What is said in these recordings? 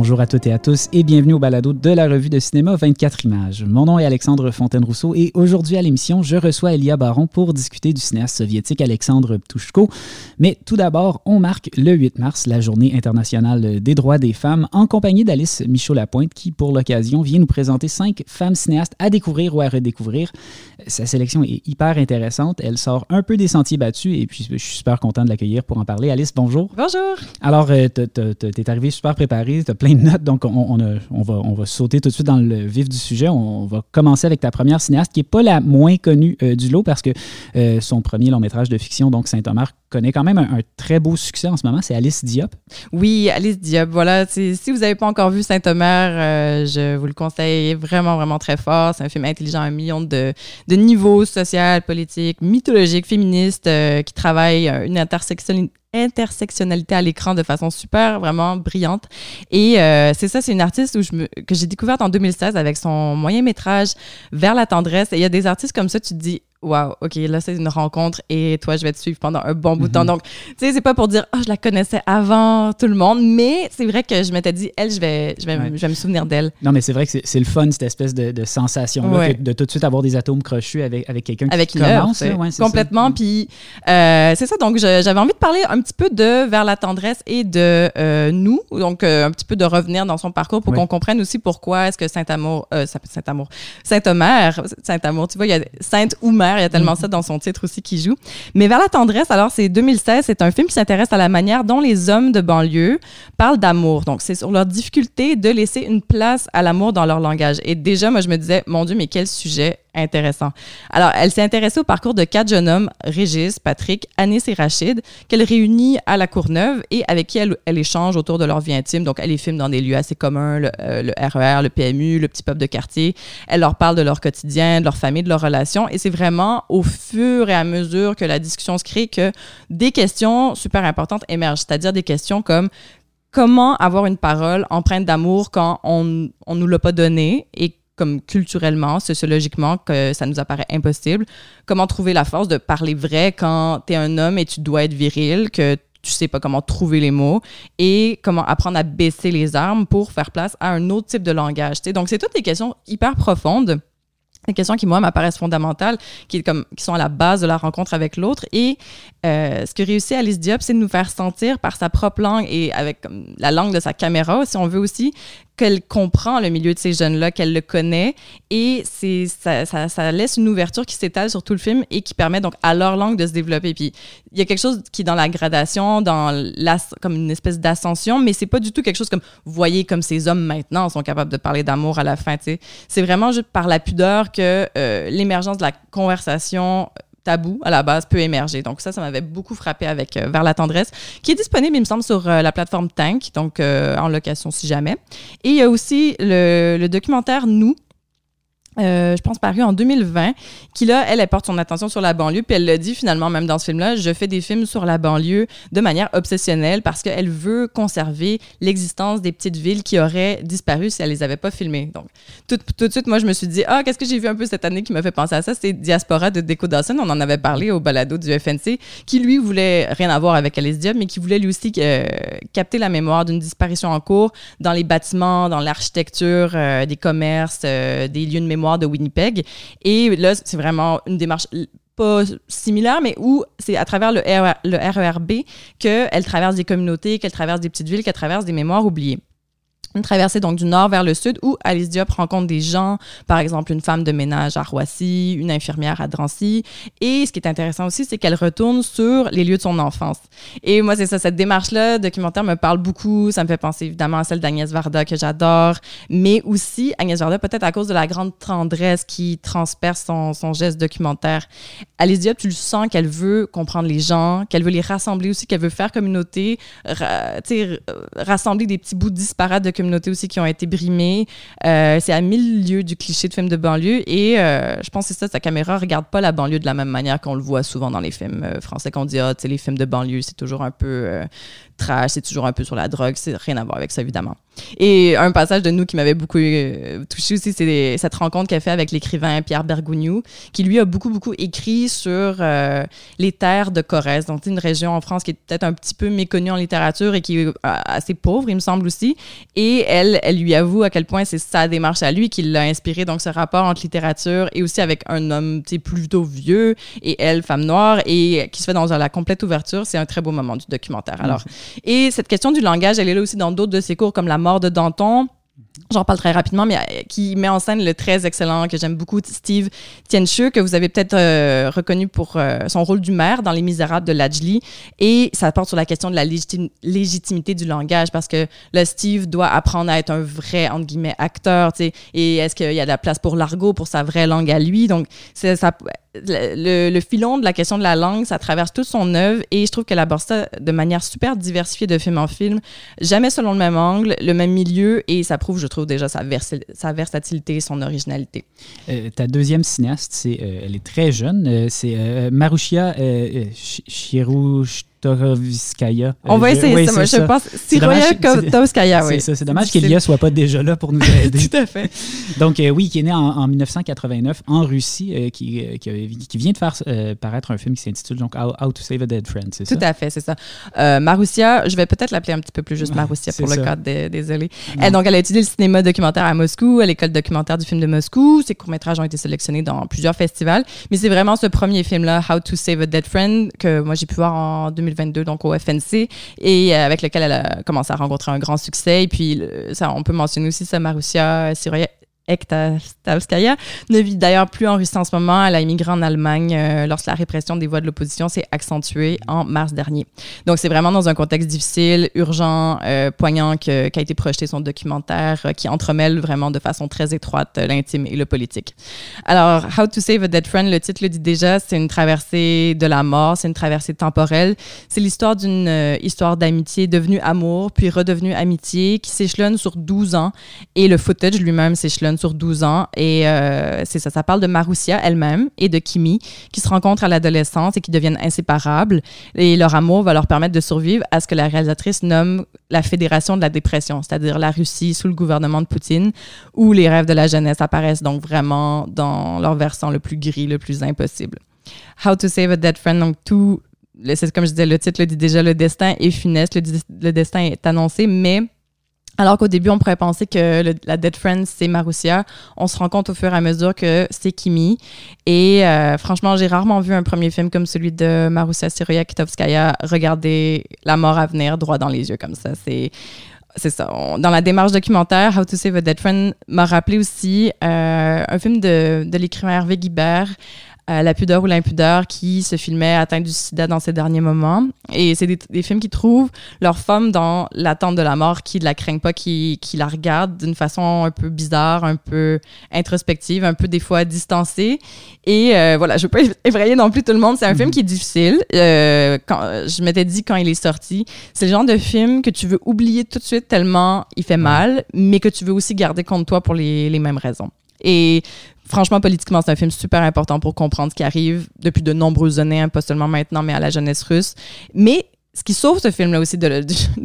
Bonjour à toutes et à tous et bienvenue au balado de la revue de cinéma 24 images. Mon nom est Alexandre Fontaine-Rousseau et aujourd'hui à l'émission, je reçois Elia Baron pour discuter du cinéaste soviétique Alexandre Ptouchko. Mais tout d'abord, on marque le 8 mars, la journée internationale des droits des femmes, en compagnie d'Alice Michaud-Lapointe qui, pour l'occasion, vient nous présenter 5 femmes cinéastes à découvrir ou à redécouvrir. Sa sélection est hyper intéressante, elle sort un peu des sentiers battus et puis je suis super content de l'accueillir pour en parler. Alice, bonjour. Bonjour. Alors, t'es arrivé super préparé, t'as plein de notes, donc on va sauter tout de suite dans le vif du sujet. On va commencer avec ta première cinéaste, qui n'est pas la moins connue du lot, parce que son premier long-métrage de fiction, donc Saint-Omer, connaît quand même un très beau succès en ce moment, c'est Alice Diop. Oui, Alice Diop, voilà. Si vous n'avez pas encore vu Saint-Omer, je vous le conseille vraiment, vraiment très fort. C'est un film intelligent à un million de niveaux, social, politique, mythologique, féministe, qui travaille une intersectionnalité à l'écran de façon super, vraiment brillante. Et c'est une artiste que j'ai découverte en 2016 avec son moyen-métrage Vers la tendresse. Et il y a des artistes comme ça, tu te dis, wow, OK, là, c'est une rencontre et toi, je vais te suivre pendant un bon bout de temps. Donc, tu sais, c'est pas pour dire, je la connaissais avant tout le monde, mais c'est vrai que je m'étais dit, elle, je vais me souvenir d'elle. Non, mais c'est vrai que c'est le fun, cette espèce de sensation-là, de tout de suite avoir des atomes crochus avec quelqu'un qui commence. Complètement. Puis, c'est ça. Donc, j'avais envie de parler un petit peu de Vers la tendresse et de nous. Donc, un petit peu de revenir dans son parcours pour qu'on comprenne aussi pourquoi est-ce que Saint-Omer, tu vois, il y a Sainte-Omer, il y a tellement ça dans son titre aussi qui joue. Mais Vers la tendresse, alors c'est 2016, c'est un film qui s'intéresse à la manière dont les hommes de banlieue parlent d'amour. Donc, c'est sur leur difficulté de laisser une place à l'amour dans leur langage. Et déjà, moi, je me disais, mon Dieu, mais quel sujet intéressant. Alors, elle s'est intéressée au parcours de 4 jeunes hommes, Régis, Patrick, Anis et Rachid, qu'elle réunit à La Courneuve et avec qui elle échange autour de leur vie intime. Donc, elle les filme dans des lieux assez communs, le RER, le PMU, le petit peuple de quartier. Elle leur parle de leur quotidien, de leur famille, de leurs relations. Et c'est vraiment au fur et à mesure que la discussion se crée que des questions super importantes émergent. C'est-à-dire des questions comme comment avoir une parole empreinte d'amour quand on ne nous l'a pas donnée et comme culturellement, sociologiquement, que ça nous apparaît impossible. Comment trouver la force de parler vrai quand t'es un homme et tu dois être viril, que tu sais pas comment trouver les mots, et comment apprendre à baisser les armes pour faire place à un autre type de langage. T'sais. Donc, c'est toutes des questions hyper profondes, des questions qui, moi, m'apparaissent fondamentales, qui sont à la base de la rencontre avec l'autre. Et ce que réussit Alice Diop, c'est de nous faire sentir par sa propre langue et avec la langue de sa caméra, si on veut aussi, qu'elle comprend le milieu de ces jeunes-là, qu'elle le connaît. Et ça laisse une ouverture qui s'étale sur tout le film et qui permet donc à leur langue de se développer. Puis il y a quelque chose qui est dans la gradation, comme une espèce d'ascension, mais c'est pas du tout quelque chose comme, voyez comme ces hommes maintenant sont capables de parler d'amour à la fin. T'sais. C'est vraiment juste par la pudeur que l'émergence de la conversation tabou, à la base, peut émerger. Donc ça m'avait beaucoup frappé avec Vers la tendresse, qui est disponible, il me semble, sur la plateforme Tank, donc en location si jamais. Et il y a aussi le documentaire Nous, je pense paru en 2020, qui là, elle porte son attention sur la banlieue, puis elle le dit finalement même dans ce film-là, je fais des films sur la banlieue de manière obsessionnelle parce qu'elle veut conserver l'existence des petites villes qui auraient disparu si elle les avait pas filmées. Donc, tout de suite, moi, je me suis dit, qu'est-ce que j'ai vu un peu cette année qui m'a fait penser à ça? C'est Diaspora de Deco Dawson, on en avait parlé au balado du FNC, qui lui voulait rien avoir avec Alice Diop, mais qui voulait lui aussi capter la mémoire d'une disparition en cours dans les bâtiments, dans l'architecture, des commerces, des lieux de mémoire de Winnipeg. Et là, c'est vraiment une démarche pas similaire, mais où c'est à travers le RERB qu'elle traverse des communautés, qu'elle traverse des petites villes, qu'elle traverse des mémoires oubliées. Une traversée donc du nord vers le sud où Alice Diop rencontre des gens, par exemple une femme de ménage à Roissy, une infirmière à Drancy. Et ce qui est intéressant aussi, c'est qu'elle retourne sur les lieux de son enfance. Et moi, c'est ça, cette démarche-là, documentaire me parle beaucoup. Ça me fait penser évidemment à celle d'Agnès Varda que j'adore, mais aussi Agnès Varda peut-être à cause de la grande tendresse qui transperce son geste documentaire. Alice Diop, tu le sens qu'elle veut comprendre les gens, qu'elle veut les rassembler aussi, qu'elle veut faire communauté, rassembler des petits bouts disparates de communautés aussi qui ont été brimées. C'est à 1000 lieues du cliché de film de banlieue et je pense que c'est ça, sa caméra regarde pas la banlieue de la même manière qu'on le voit souvent dans les films français, qu'on dit, tu sais, les films de banlieue, c'est toujours un peu trash, c'est toujours un peu sur la drogue, c'est rien à voir avec ça, évidemment. Et un passage de Nous qui m'avait beaucoup touché aussi, c'est cette rencontre qu'elle fait avec l'écrivain Pierre Bergougnoux, qui lui a beaucoup écrit sur les terres de Corrèze, donc une région en France qui est peut-être un petit peu méconnue en littérature et qui est assez pauvre, il me semble aussi. Et elle lui avoue à quel point c'est sa démarche à lui qui l'a inspiré, donc ce rapport entre littérature et aussi avec un homme plutôt vieux et elle, femme noire, et qui se fait dans la complète ouverture. C'est un très beau moment du documentaire. Alors, et cette question du langage, elle est là aussi dans d'autres de ses cours, comme La mort de Danton. J'en parle très rapidement, mais qui met en scène le très excellent, que j'aime beaucoup, Steve Tiencheux, que vous avez peut-être reconnu pour son rôle du maire dans Les Misérables de Lajli. Et ça porte sur la question de la légitimité du langage, parce que là, Steve doit apprendre à être un vrai, entre guillemets, acteur, tu sais. Et est-ce qu'il y a de la place pour l'argot, pour sa vraie langue à lui? Donc, le filon de la question de la langue, ça traverse toute son œuvre, et je trouve qu'elle aborde ça de manière super diversifiée de film en film, jamais selon le même angle, le même milieu, et ça prouve, je trouve, déjà sa versatilité, son originalité. Ta deuxième cinéaste, elle est très jeune, c'est Marusia Chirouchtorovskaya. On va essayer ça, moi, je pense. Siroya-Kovtovskaya, oui. C'est d'ammage qu'Elia soit pas déjà là pour nous aider. Tout à fait. Donc, oui, qui est né en 1989 en Russie, qui vient de faire paraître un film qui s'intitule donc How to Save a Dead Friend, c'est ça? Tout à fait, c'est ça. Maroussia, je vais peut-être l'appeler un petit peu plus juste Maroussia pour le cadre, désolé. Donc, elle a étudié le cinéma documentaire à Moscou, à l'école documentaire du film de Moscou. Ses courts-métrages ont été sélectionnés dans plusieurs festivals, mais c'est vraiment ce premier film-là, How to Save a Dead Friend, que moi j'ai pu voir en 2022, donc au FNC, et avec lequel elle a commencé à rencontrer un grand succès. Et puis, ça, on peut mentionner aussi ça, Maroussia Ektastavskaya ne vit d'ailleurs plus en Russie en ce moment. Elle a immigré en Allemagne lorsque la répression des voix de l'opposition s'est accentuée en mars dernier. Donc, c'est vraiment dans un contexte difficile, urgent, poignant qu'a été projeté son documentaire qui entremêle vraiment de façon très étroite l'intime et le politique. Alors, How to Save a Dead Friend, le titre le dit déjà, c'est une traversée de la mort, c'est une traversée temporelle. C'est l'histoire d'une histoire d'amitié devenue amour, puis redevenue amitié, qui s'échelonne sur 12 ans, et le footage lui-même s'échelonne sur 12 ans. Et c'est ça, ça parle de Maroussia elle-même et de Kimi qui se rencontrent à l'adolescence et qui deviennent inséparables. Et leur amour va leur permettre de survivre à ce que la réalisatrice nomme la Fédération de la dépression, c'est-à-dire la Russie sous le gouvernement de Poutine, où les rêves de la jeunesse apparaissent donc vraiment dans leur versant le plus gris, le plus impossible. How to Save a Dead Friend, donc tout, c'est comme je disais, le titre le dit déjà, le destin est funeste, le destin est annoncé, mais alors qu'au début, on pourrait penser que la Dead Friend, c'est Maroussia, on se rend compte au fur et à mesure que c'est Kimi. Et franchement, j'ai rarement vu un premier film comme celui de Maroussia Siroya-Kitovskaya regarder la mort à venir droit dans les yeux comme ça. C'est ça. Dans la démarche documentaire, How to Save a Dead Friend m'a rappelé aussi un film de l'écrivain Hervé Guibert, La pudeur ou l'impudeur, qui se filmait atteint du sida dans ses derniers moments. Et c'est des films qui trouvent leur femme dans l'attente de la mort, qui ne la craignent pas, qui la regardent d'une façon un peu bizarre, un peu introspective, un peu des fois distancée. Et voilà, je ne veux pas effrayer non plus tout le monde. C'est un film qui est difficile. Je m'étais dit quand il est sorti, c'est le genre de film que tu veux oublier tout de suite tellement il fait mal, mais que tu veux aussi garder contre toi pour les mêmes raisons. Et franchement, politiquement, c'est un film super important pour comprendre ce qui arrive depuis de nombreuses années, hein, pas seulement maintenant, mais à la jeunesse russe. Mais ce qui sauve ce film-là aussi de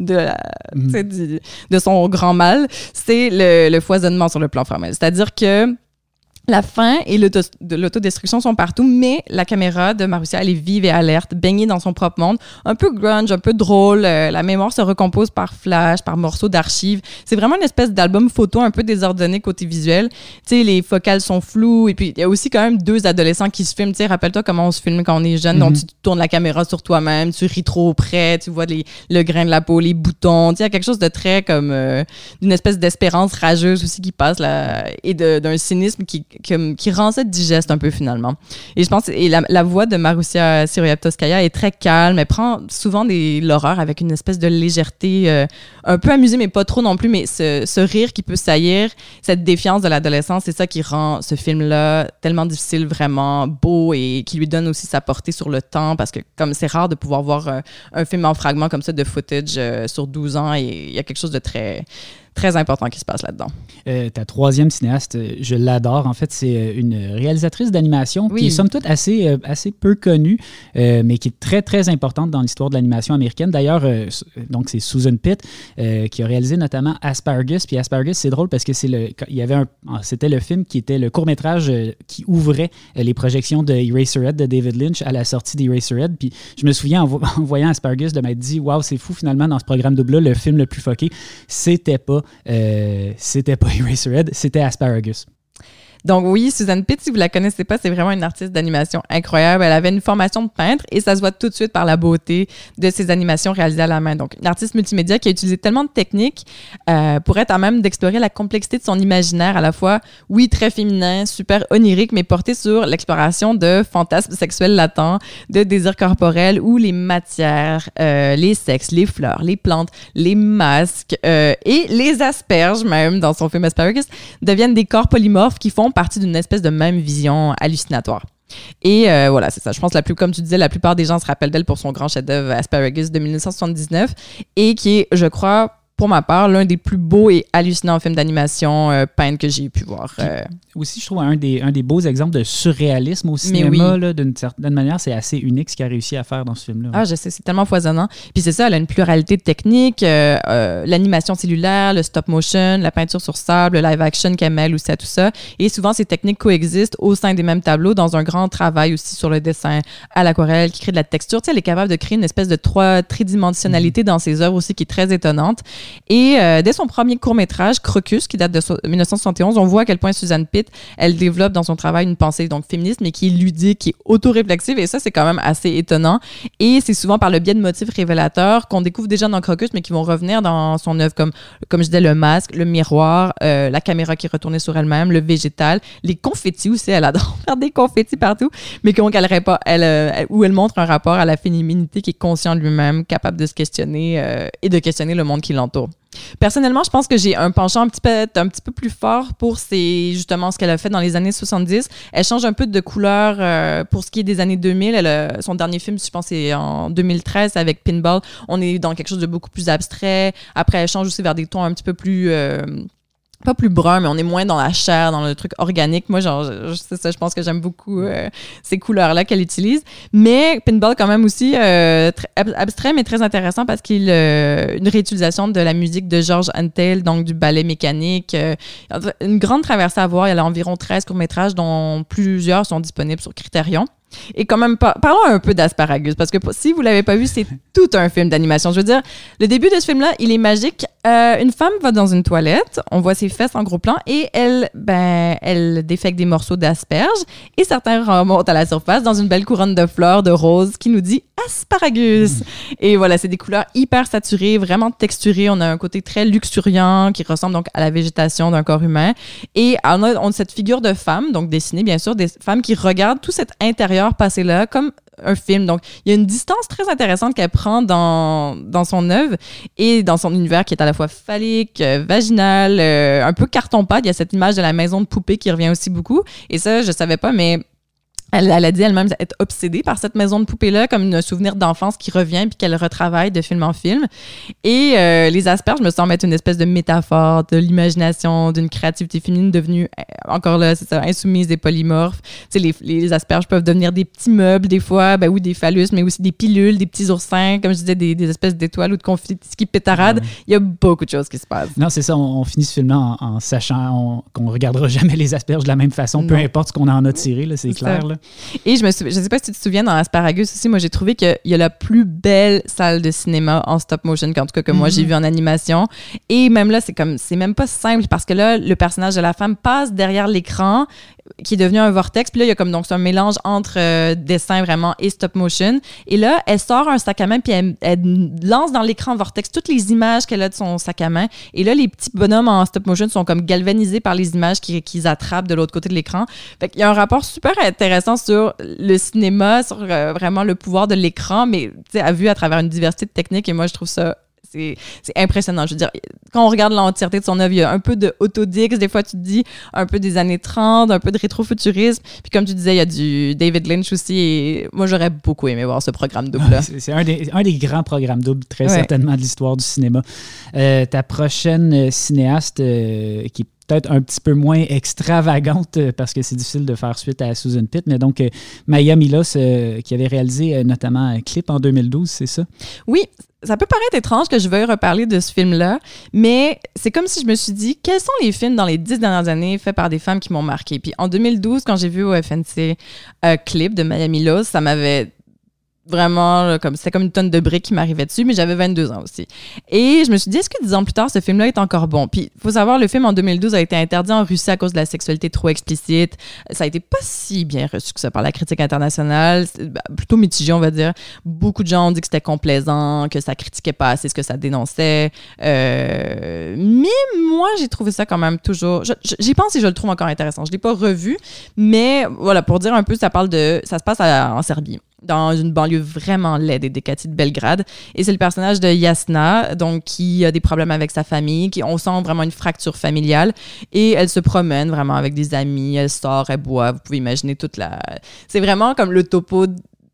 son grand mal, c'est le foisonnement sur le plan formel. C'est-à-dire que la faim et l'autodestruction sont partout, mais la caméra de Maroussia, elle est vive et alerte, baignée dans son propre monde, un peu grunge, un peu drôle. La mémoire se recompose par flash, par morceaux d'archives. C'est vraiment une espèce d'album photo un peu désordonné côté visuel. Tu sais, les focales sont floues, et puis il y a aussi quand même deux adolescents qui se filment. Tu sais, rappelle-toi comment on se filme quand on est jeune, donc tu tournes la caméra sur toi-même, tu ris trop près, tu vois le grain de la peau, les boutons. Tu sais, il y a quelque chose de très comme d'une espèce d'espérance rageuse aussi qui passe là, et d'un cynisme qui rend ça digeste un peu finalement. Et je pense la voix de Maroussia Siroya-Kitovskaya est très calme, elle prend souvent l'horreur avec une espèce de légèreté un peu amusée, mais pas trop non plus, mais ce rire qui peut saillir, cette défiance de l'adolescence, c'est ça qui rend ce film-là tellement difficile, vraiment beau, et qui lui donne aussi sa portée sur le temps, parce que comme c'est rare de pouvoir voir un film en fragments comme ça de footage sur 12 ans, et il y a quelque chose de très très importants qui se passent là-dedans. Ta troisième cinéaste, je l'adore. En fait, c'est une réalisatrice d'animation qui est somme toute assez peu connue, mais qui est très, très importante dans l'histoire de l'animation américaine. D'ailleurs, donc c'est Susan Pitt qui a réalisé notamment Asparagus. Puis Asparagus, c'est drôle parce que c'était le film qui était le court-métrage qui ouvrait les projections de Eraserhead de David Lynch à la sortie d'Eraserhead. Puis je me souviens, en voyant Asparagus, de m'être dit « Wow, c'est fou, finalement, dans ce programme double-là, le film le plus fucké, c'était pas Eraserhead, c'était Asparagus. » Donc oui, Susan Pitt, si vous la connaissez pas, c'est vraiment une artiste d'animation incroyable. Elle avait une formation de peintre et ça se voit tout de suite par la beauté de ses animations réalisées à la main. Donc une artiste multimédia qui a utilisé tellement de techniques pour être à même d'explorer la complexité de son imaginaire à la fois, oui, très féminin, super onirique, mais porté sur l'exploration de fantasmes sexuels latents, de désirs corporels où les matières, les sexes, les fleurs, les plantes, les masques et les asperges même dans son film Asparagus deviennent des corps polymorphes qui font partie d'une espèce de même vision hallucinatoire. Et voilà, c'est ça. Je pense comme tu disais, la plupart des gens se rappellent d'elle pour son grand chef-d'œuvre Asparagus de 1979 et qui est, je crois, pour ma part, l'un des plus beaux et hallucinants films d'animation peints que j'ai pu voir. Aussi, je trouve un des beaux exemples de surréalisme au cinéma, là, d'une certaine manière, c'est assez unique ce qu'elle a réussi à faire dans ce film-là. Ah, je sais, c'est tellement foisonnant. Puis c'est ça, elle a une pluralité de techniques, l'animation cellulaire, le stop motion, la peinture sur sable, le live action qu'elle mêle aussi à tout ça. Et souvent, ces techniques coexistent au sein des mêmes tableaux dans un grand travail aussi sur le dessin à l'aquarelle qui crée de la texture. Tu sais, elle est capable de créer une espèce de tridimensionnalité dans ses œuvres aussi qui est très étonnante. Et dès son premier court-métrage, Crocus, qui date de 1971, on voit à quel point Susan Pitt, elle développe dans son travail une pensée donc féministe, mais qui est ludique, qui est autoréflexive, et ça, c'est quand même assez étonnant. Et c'est souvent par le biais de motifs révélateurs qu'on découvre déjà dans Crocus, mais qui vont revenir dans son œuvre, comme je disais, le masque, le miroir, la caméra qui est retournée sur elle-même, le végétal, les confettis aussi, elle adore faire des confettis partout, mais où elle montre un rapport à la féminité qui est conscient de lui-même, capable de se questionner et de questionner le monde qui l'entoure. Personnellement, je pense que j'ai un penchant un petit peu plus fort pour justement ce qu'elle a fait dans les années 70. Elle change un peu de couleur pour ce qui est des années 2000. Son dernier film, je pense, c'est en 2013 avec Pinball. On est dans quelque chose de beaucoup plus abstrait. Après, elle change aussi vers des tons un petit peu plus... pas plus brun, mais on est moins dans la chair, dans le truc organique. Moi, c'est ça, je pense que j'aime beaucoup ces couleurs-là qu'elle utilise. Mais Pinball, quand même aussi, très abstrait, mais très intéressant parce qu'il une réutilisation de la musique de George Antheil, donc du ballet mécanique. Une grande traversée à voir. Il y a environ 13 courts-métrages, dont plusieurs sont disponibles sur Criterion. Et quand même, parlons un peu d'Asparagus, parce que si vous ne l'avez pas vu, c'est tout un film d'animation. Je veux dire, le début de ce film-là, il est magique. Une femme va dans une toilette, on voit ses fesses en gros plan, et elle défecte des morceaux d'asperges, et certains remontent à la surface dans une belle couronne de fleurs, de roses, qui nous dit Asparagus. Et voilà, c'est des couleurs hyper saturées, vraiment texturées. On a un côté très luxuriant qui ressemble donc à la végétation d'un corps humain. Et on a cette figure de femme, donc dessinée bien sûr, des femmes qui regardent tout cet intérieur passé là comme un film. Donc, il y a une distance très intéressante qu'elle prend dans son œuvre et dans son univers qui est à la fois phallique, vaginal, un peu carton-pâte. Il y a cette image de la maison de poupée qui revient aussi beaucoup. Et ça, je savais pas, mais elle a dit elle-même être obsédée par cette maison de poupée-là, comme un souvenir d'enfance qui revient puis qu'elle retravaille de film en film. Et les asperges me semblent être une espèce de métaphore de l'imagination, d'une créativité féminine devenue, encore là, c'est ça, insoumise et polymorphe. Tu sais, les asperges peuvent devenir des petits meubles des fois, oui, des phallus, mais aussi des pilules, des petits oursins, comme je disais, des espèces d'étoiles ou de confettis qui pétaradent. Ouais. Il y a beaucoup de choses qui se passent. Non, c'est ça, on finit ce film-là en sachant qu'on ne regardera jamais les asperges de la même façon, peu importe ce qu'on en a tiré, là, c'est clair. Là. Et je sais pas si tu te souviens, dans Asparagus aussi, moi j'ai trouvé qu'il y a la plus belle salle de cinéma en stop motion qu'en tout cas que moi j'ai vu en animation. Et même là, c'est même pas simple parce que là, le personnage de la femme passe derrière l'écran qui est devenu un vortex. Puis là, il y a comme donc c'est un mélange entre dessin vraiment et stop motion. Et là, elle sort un sac à main puis elle lance dans l'écran vortex toutes les images qu'elle a de son sac à main. Et là, les petits bonhommes en stop motion sont comme galvanisés par les images qu'ils attrapent de l'autre côté de l'écran. Fait qu'il y a un rapport super intéressant sur le cinéma, sur vraiment le pouvoir de l'écran, mais à vue à travers une diversité de techniques. Et moi, je trouve ça c'est impressionnant. Je veux dire, quand on regarde l'entièreté de son œuvre, il y a un peu de Autodix, des fois tu te dis un peu des années 30, un peu de rétrofuturisme. Puis comme tu disais, il y a du David Lynch aussi. Et moi, j'aurais beaucoup aimé voir ce programme double-là. C'est un des grands programmes doubles, très certainement, de l'histoire du cinéma. Ta prochaine cinéaste, qui est peut-être un petit peu moins extravagante parce que c'est difficile de faire suite à Susan Pitt, mais donc Maya Milos qui avait réalisé notamment un clip en 2012, c'est ça? Oui, ça peut paraître étrange que je veuille reparler de ce film-là, mais c'est comme si je me suis dit, quels sont les films dans les 10 dernières années faits par des femmes qui m'ont marqué? Puis en 2012, quand j'ai vu au FNC un clip de Maya Milos, ça m'avait vraiment, là, c'était comme une tonne de briques qui m'arrivait dessus, mais j'avais 22 ans aussi. Et je me suis dit, est-ce que 10 ans plus tard, ce film-là est encore bon? Puis, il faut savoir, le film en 2012 a été interdit en Russie à cause de la sexualité trop explicite. Ça a été pas si bien reçu que ça par la critique internationale. Plutôt mitigé, on va dire. Beaucoup de gens ont dit que c'était complaisant, que ça critiquait pas assez ce que ça dénonçait. Mais moi, j'ai trouvé ça quand même toujours... J'y pense et je le trouve encore intéressant. Je l'ai pas revu, mais voilà, pour dire un peu, ça se passe en Serbie, dans une banlieue vraiment laide et décatée de Belgrade. Et c'est le personnage de Jasna, donc, qui a des problèmes avec sa famille, on sent vraiment une fracture familiale. Et elle se promène vraiment avec des amis, elle sort, elle boit. Vous pouvez imaginer toute la... C'est vraiment comme le topo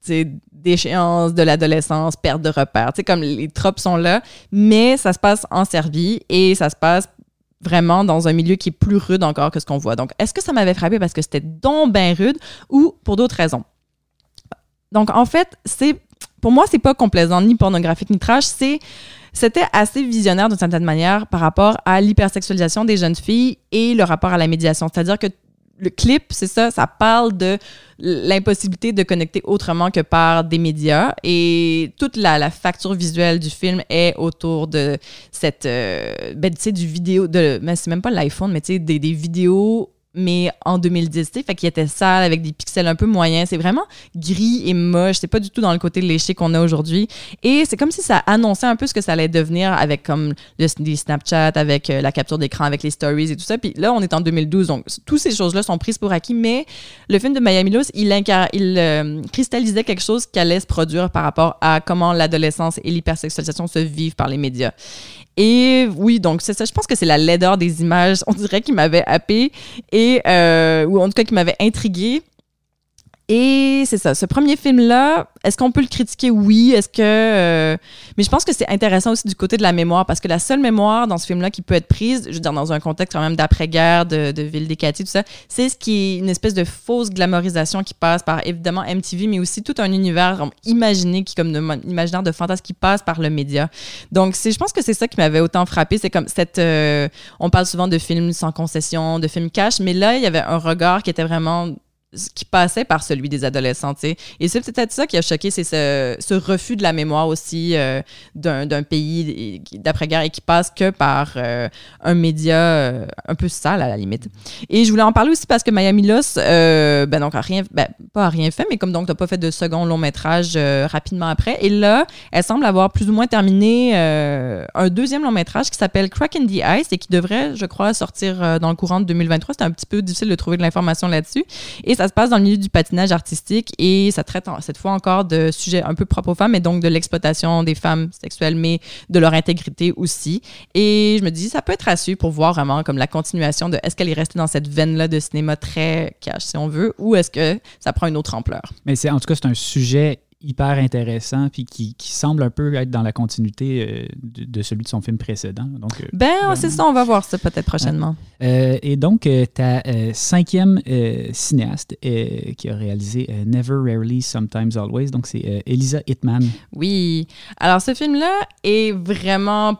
d'échéance de l'adolescence, perte de repères. Comme les tropes sont là, mais ça se passe en Serbie et ça se passe vraiment dans un milieu qui est plus rude encore que ce qu'on voit. Donc, est-ce que ça m'avait frappé parce que c'était donc bien rude ou pour d'autres raisons? Donc, en fait, pour moi, c'est pas complaisant, ni pornographique, ni trash. C'était assez visionnaire d'une certaine manière par rapport à l'hypersexualisation des jeunes filles et le rapport à la médiation. C'est-à-dire que le clip, c'est ça parle de l'impossibilité de connecter autrement que par des médias. Et toute la facture visuelle du film est autour de cette... tu sais, du vidéo... mais c'est même pas l'iPhone, mais tu sais, des vidéos... mais en 2010, tu sais, fait qu'il était sale avec des pixels un peu moyens. C'est vraiment gris et moche. C'est pas du tout dans le côté léché qu'on a aujourd'hui. Et c'est comme si ça annonçait un peu ce que ça allait devenir avec comme des Snapchat, avec la capture d'écran, avec les stories et tout ça. Puis là, on est en 2012, donc toutes ces choses-là sont prises pour acquis. Mais le film de Maya Milos, il cristallisait quelque chose qui allait se produire par rapport à comment l'adolescence et l'hypersexualisation se vivent par les médias. Et oui, donc c'est ça. Je pense que c'est la laideur des images, on dirait, qui m'avait happée ou en tout cas qui m'avait intriguée. Et c'est ça, ce premier film-là, est-ce qu'on peut le critiquer? Oui. Est-ce que... mais je pense que c'est intéressant aussi du côté de la mémoire, parce que la seule mémoire dans ce film-là qui peut être prise, je veux dire, dans un contexte quand même d'après-guerre, de ville décatée, tout ça, c'est ce qui est une espèce de fausse glamorisation qui passe par, évidemment, MTV, mais aussi tout un univers imaginé, imaginaire de fantasme qui passe par le média. Donc, je pense que c'est ça qui m'avait autant frappé. C'est comme on parle souvent de films sans concession, de films cash, mais là, il y avait un regard qui était vraiment... qui passait par celui des adolescents, tu sais. Et c'est peut-être ça qui a choqué, c'est ce refus de la mémoire aussi d'un pays d'après-guerre et qui passe que par un média un peu sale à la limite. Et je voulais en parler aussi parce que Maya Milos, donc pas a rien fait, mais comme donc t'as pas fait de second long métrage rapidement après. Et là, elle semble avoir plus ou moins terminé un deuxième long métrage qui s'appelle Crack in the Ice et qui devrait, je crois, sortir dans le courant de 2023. C'était un petit peu difficile de trouver de l'information là-dessus. Et ça se passe dans le milieu du patinage artistique et ça traite cette fois encore de sujets un peu propres aux femmes et donc de l'exploitation des femmes sexuelles, mais de leur intégrité aussi. Et je me dis, ça peut être à suivre pour voir vraiment comme la continuation de est-ce qu'elle est restée dans cette veine-là de cinéma très cash, si on veut, ou est-ce que ça prend une autre ampleur? Mais en tout cas, c'est un sujet hyper intéressant puis qui semble un peu être dans la continuité de celui de son film précédent. Donc, c'est ça, on va voir ça peut-être prochainement. Et donc, ta cinquième cinéaste qui a réalisé Never, Rarely, Sometimes, Always, donc c'est Elisa Hittman. Oui. Alors, ce film-là est vraiment...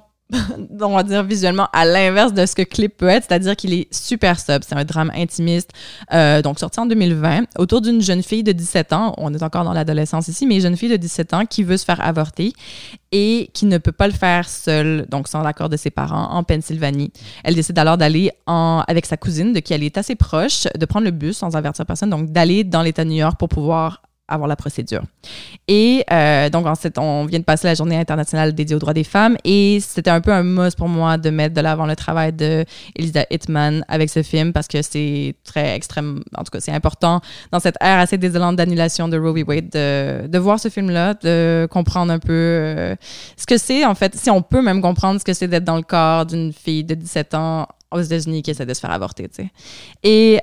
on va dire visuellement à l'inverse de ce que Clip peut être, c'est-à-dire qu'il est super sobre. C'est un drame intimiste, donc sorti en 2020, autour d'une jeune fille de 17 ans, on est encore dans l'adolescence ici, mais une jeune fille de 17 ans qui veut se faire avorter et qui ne peut pas le faire seule, donc sans l'accord de ses parents, en Pennsylvanie. Elle décide alors d'aller avec sa cousine, de qui elle est assez proche, de prendre le bus sans avertir personne, donc d'aller dans l'État de New York pour pouvoir avoir la procédure. Et donc, on vient de passer la journée internationale dédiée aux droits des femmes et c'était un peu un must pour moi de mettre de l'avant le travail de Elisa Hittman avec ce film parce que c'est très extrême, en tout cas, c'est important dans cette ère assez désolante d'annulation de Roe v. Wade de voir ce film-là, de comprendre un peu ce que c'est, en fait, si on peut même comprendre ce que c'est d'être dans le corps d'une fille de 17 ans aux États-Unis qui essaie de se faire avorter, tu sais. Et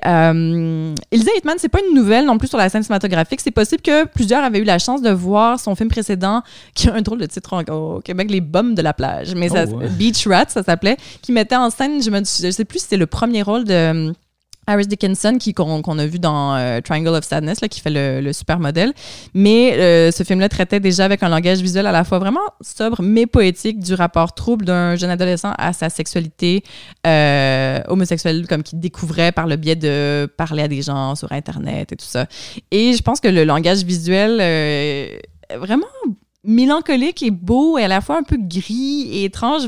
Elisa Hittman, c'est pas une nouvelle non plus sur la scène cinématographique. C'est possible que plusieurs avaient eu la chance de voir son film précédent, qui a un drôle de titre au Québec, Les Bums de la plage. Mais Beach Rat, ça s'appelait, qui mettait en scène, je sais plus si c'était le premier rôle de Harris Dickinson, qu'on a vu dans Triangle of Sadness, là, qui fait le supermodèle. Mais ce film-là traitait déjà avec un langage visuel à la fois vraiment sobre, mais poétique, du rapport trouble d'un jeune adolescent à sa sexualité homosexuelle, comme qu'il découvrait par le biais de parler à des gens sur Internet et tout ça. Et je pense que le langage visuel est vraiment mélancolique et beau et à la fois un peu gris et étrange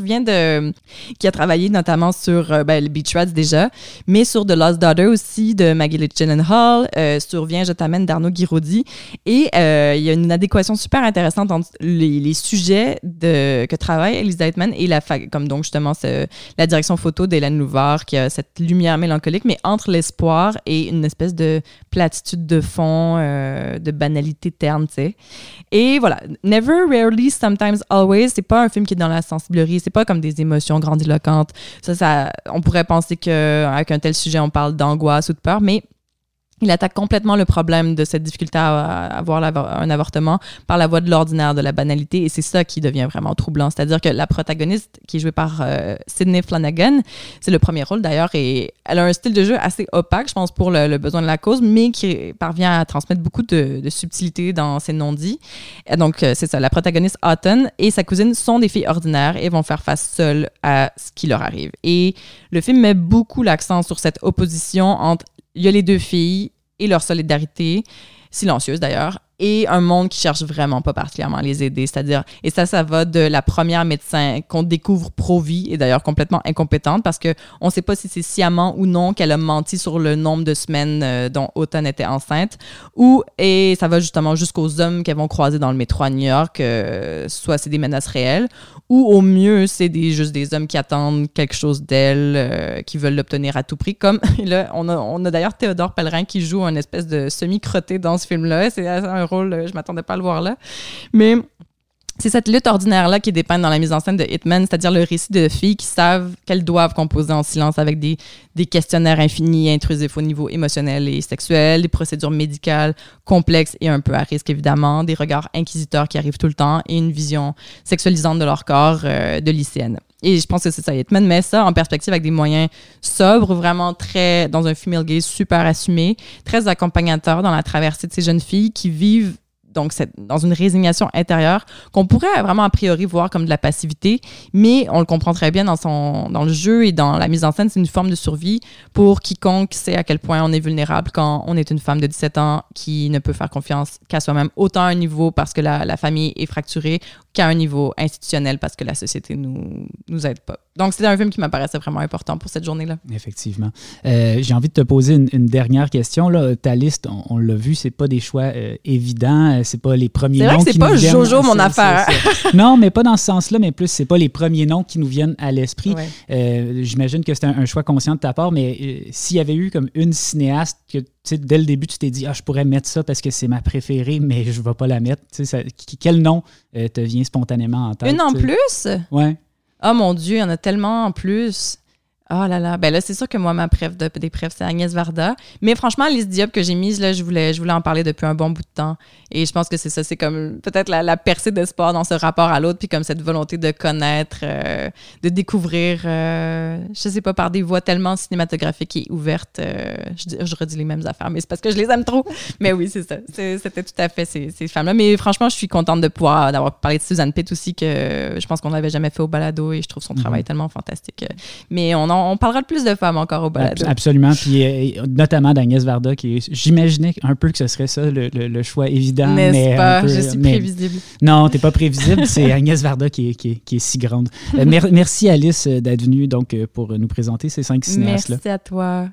qui a travaillé notamment sur le Beach Rats déjà, mais sur The Lost Daughter aussi de Maggie Gyllenhaal, sur Viens, je t'amène d'Arnaud Guiraudy. Et il y a une adéquation super intéressante entre les sujets que travaille Elisa Hittman et comme donc justement la direction photo d'Hélène Louvard qui a cette lumière mélancolique, mais entre l'espoir et une espèce de platitude de fond, de banalité terne, tu sais. Et voilà, Never, Rarely, Sometimes, Always, c'est pas un film qui est dans la sensiblerie, c'est pas comme des émotions grandiloquentes. On pourrait penser qu'avec un tel sujet, on parle d'angoisse ou de peur, mais il attaque complètement le problème de cette difficulté à avoir un avortement par la voie de l'ordinaire, de la banalité, et c'est ça qui devient vraiment troublant. C'est-à-dire que la protagoniste, qui est jouée par Sydney Flanagan, c'est le premier rôle d'ailleurs, et elle a un style de jeu assez opaque, je pense, pour le besoin de la cause, mais qui parvient à transmettre beaucoup de subtilité dans ses non-dits. Et donc, c'est ça, la protagoniste Autumn et sa cousine sont des filles ordinaires et vont faire face seules à ce qui leur arrive. Et le film met beaucoup l'accent sur cette opposition entre il y a les deux filles et leur solidarité, silencieuse d'ailleurs, et un monde qui cherche vraiment pas particulièrement à les aider. C'est-à-dire, et ça va de la première médecin qu'on découvre pro-vie, et d'ailleurs complètement incompétente, parce qu'on ne sait pas si c'est sciemment ou non qu'elle a menti sur le nombre de semaines dont Autumn était enceinte, et ça va justement jusqu'aux hommes qu'elles vont croiser dans le métro à New York, soit c'est des menaces réelles, ou au mieux, c'est juste des hommes qui attendent quelque chose d'elle, qui veulent l'obtenir à tout prix. Comme là, on a d'ailleurs Théodore Pellerin qui joue un espèce de semi-crotté dans ce film-là. C'est un rôle, je m'attendais pas à le voir là. Mais c'est cette lutte ordinaire-là qui est dépeinte dans la mise en scène de Hittman, c'est-à-dire le récit de filles qui savent qu'elles doivent composer en silence avec des questionnaires infinis et intrusifs au niveau émotionnel et sexuel, des procédures médicales complexes et un peu à risque, évidemment, des regards inquisiteurs qui arrivent tout le temps et une vision sexualisante de leur corps de lycéenne. Et je pense que c'est ça. Hittman met ça en perspective avec des moyens sobres, vraiment très, dans un female gaze super assumé, très accompagnateur dans la traversée de ces jeunes filles qui vivent donc dans une résignation intérieure qu'on pourrait vraiment a priori voir comme de la passivité, mais on le comprend très bien dans le jeu et dans la mise en scène, c'est une forme de survie pour quiconque sait à quel point on est vulnérable quand on est une femme de 17 ans qui ne peut faire confiance qu'à soi-même, autant à un niveau parce que la famille est fracturée qu'à un niveau institutionnel parce que la société nous aide pas. Donc, c'était un film qui m'apparaissait vraiment important pour cette journée-là. Effectivement. J'ai envie de te poser une dernière question. Là. Ta liste, on l'a vu, c'est pas des choix évidents. C'est pas les premiers noms qui nous viennent. C'est vrai que c'est pas Jojo, mon affaire. Non, mais pas dans ce sens-là, mais plus, c'est pas les premiers noms qui nous viennent à l'esprit. Ouais. J'imagine que c'est un choix conscient de ta part, mais s'il y avait eu comme une cinéaste que, dès le début, tu t'es dit « Ah, je pourrais mettre ça parce que c'est ma préférée, mais je vais pas la mettre. » Quel nom te vient spontanément en tête? Une en plus? Ouais. Oh mon Dieu, il y en a tellement en plus. Oh là là. Ben là, c'est sûr que moi, ma préf des préfs, c'est Agnès Varda. Mais franchement, Lise Diop que j'ai mise, là, je voulais en parler depuis un bon bout de temps. Et je pense que c'est ça, c'est comme peut-être la percée d'espoir dans ce rapport à l'autre, puis comme cette volonté de connaître, de découvrir, je sais pas, par des voies tellement cinématographiques et ouvertes. Je redis les mêmes affaires, mais c'est parce que je les aime trop. Mais oui, c'est ça. C'était tout à fait ces femmes-là. Mais franchement, je suis contente d'avoir parlé de Suzanne Pitt aussi, que je pense qu'on l'avait jamais fait au balado, et je trouve son travail tellement fantastique. Mais on parlera de plus de femmes encore au balado. Absolument. Puis notamment d'Agnès Varda, j'imaginais un peu que ce serait ça le choix évident. N'est-ce pas? Je suis prévisible. Non, t'es pas prévisible. C'est Agnès Varda qui est si grande. Merci Alice d'être venue donc, pour nous présenter ces 5 cinéastes-là. Merci à toi.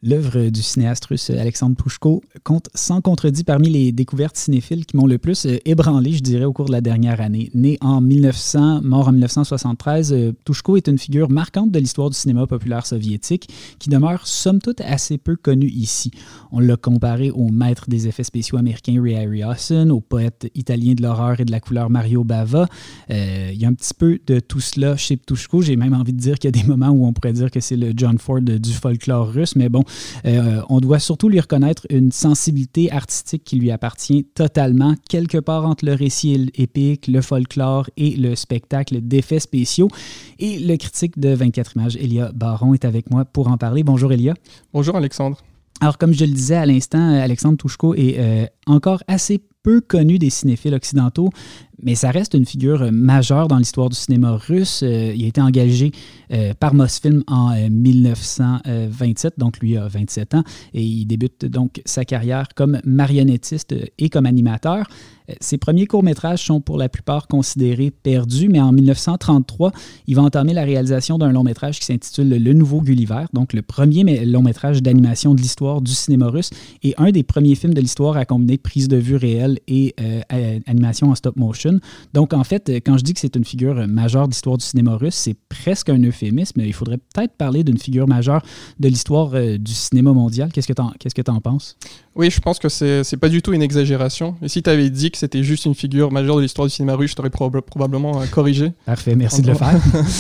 L'œuvre du cinéaste russe Alexandre Ptouchko compte sans contredit parmi les découvertes cinéphiles qui m'ont le plus ébranlé, je dirais, au cours de la dernière année. Né en 1900, mort en 1973, Ptouchko est une figure marquante de l'histoire du cinéma populaire soviétique qui demeure somme toute assez peu connue ici. On l'a comparé au maître des effets spéciaux américain Ray Harryhausen, au poète italien de l'horreur et de la couleur Mario Bava. Il y a un petit peu de tout cela chez Ptouchko. J'ai même envie de dire qu'il y a des moments où on pourrait dire que c'est le John Ford du folklore russe, mais bon, on doit surtout lui reconnaître une sensibilité artistique qui lui appartient totalement, quelque part entre le récit épique, le folklore et le spectacle d'effets spéciaux. Et le critique de 24 images, Elia Baron, est avec moi pour en parler. Bonjour Elia. Bonjour Alexandre. Alors, comme je le disais à l'instant, Alexandre Ptouchko est encore assez peu connu des cinéphiles occidentaux, mais ça reste une figure majeure dans l'histoire du cinéma russe. Il a été engagé par Mosfilm en 1927, donc lui a 27 ans, et il débute donc sa carrière comme marionnettiste et comme animateur. Ses premiers courts-métrages sont pour la plupart considérés perdus, mais en 1933, il va entamer la réalisation d'un long-métrage qui s'intitule Le Nouveau Gulliver, donc le premier long-métrage d'animation de l'histoire du cinéma russe et un des premiers films de l'histoire à combiner prise de vue réelle et animation en stop-motion. Donc, en fait, quand je dis que c'est une figure majeure de l'histoire du cinéma russe, c'est presque un euphémisme. Il faudrait peut-être parler d'une figure majeure de l'histoire du cinéma mondial. Qu'est-ce que t'en penses? Oui, je pense que c'est pas du tout une exagération. Et si tu avais dit que c'était juste une figure majeure de l'histoire du cinéma russe, je t'aurais probablement corrigé. Parfait, merci de le faire.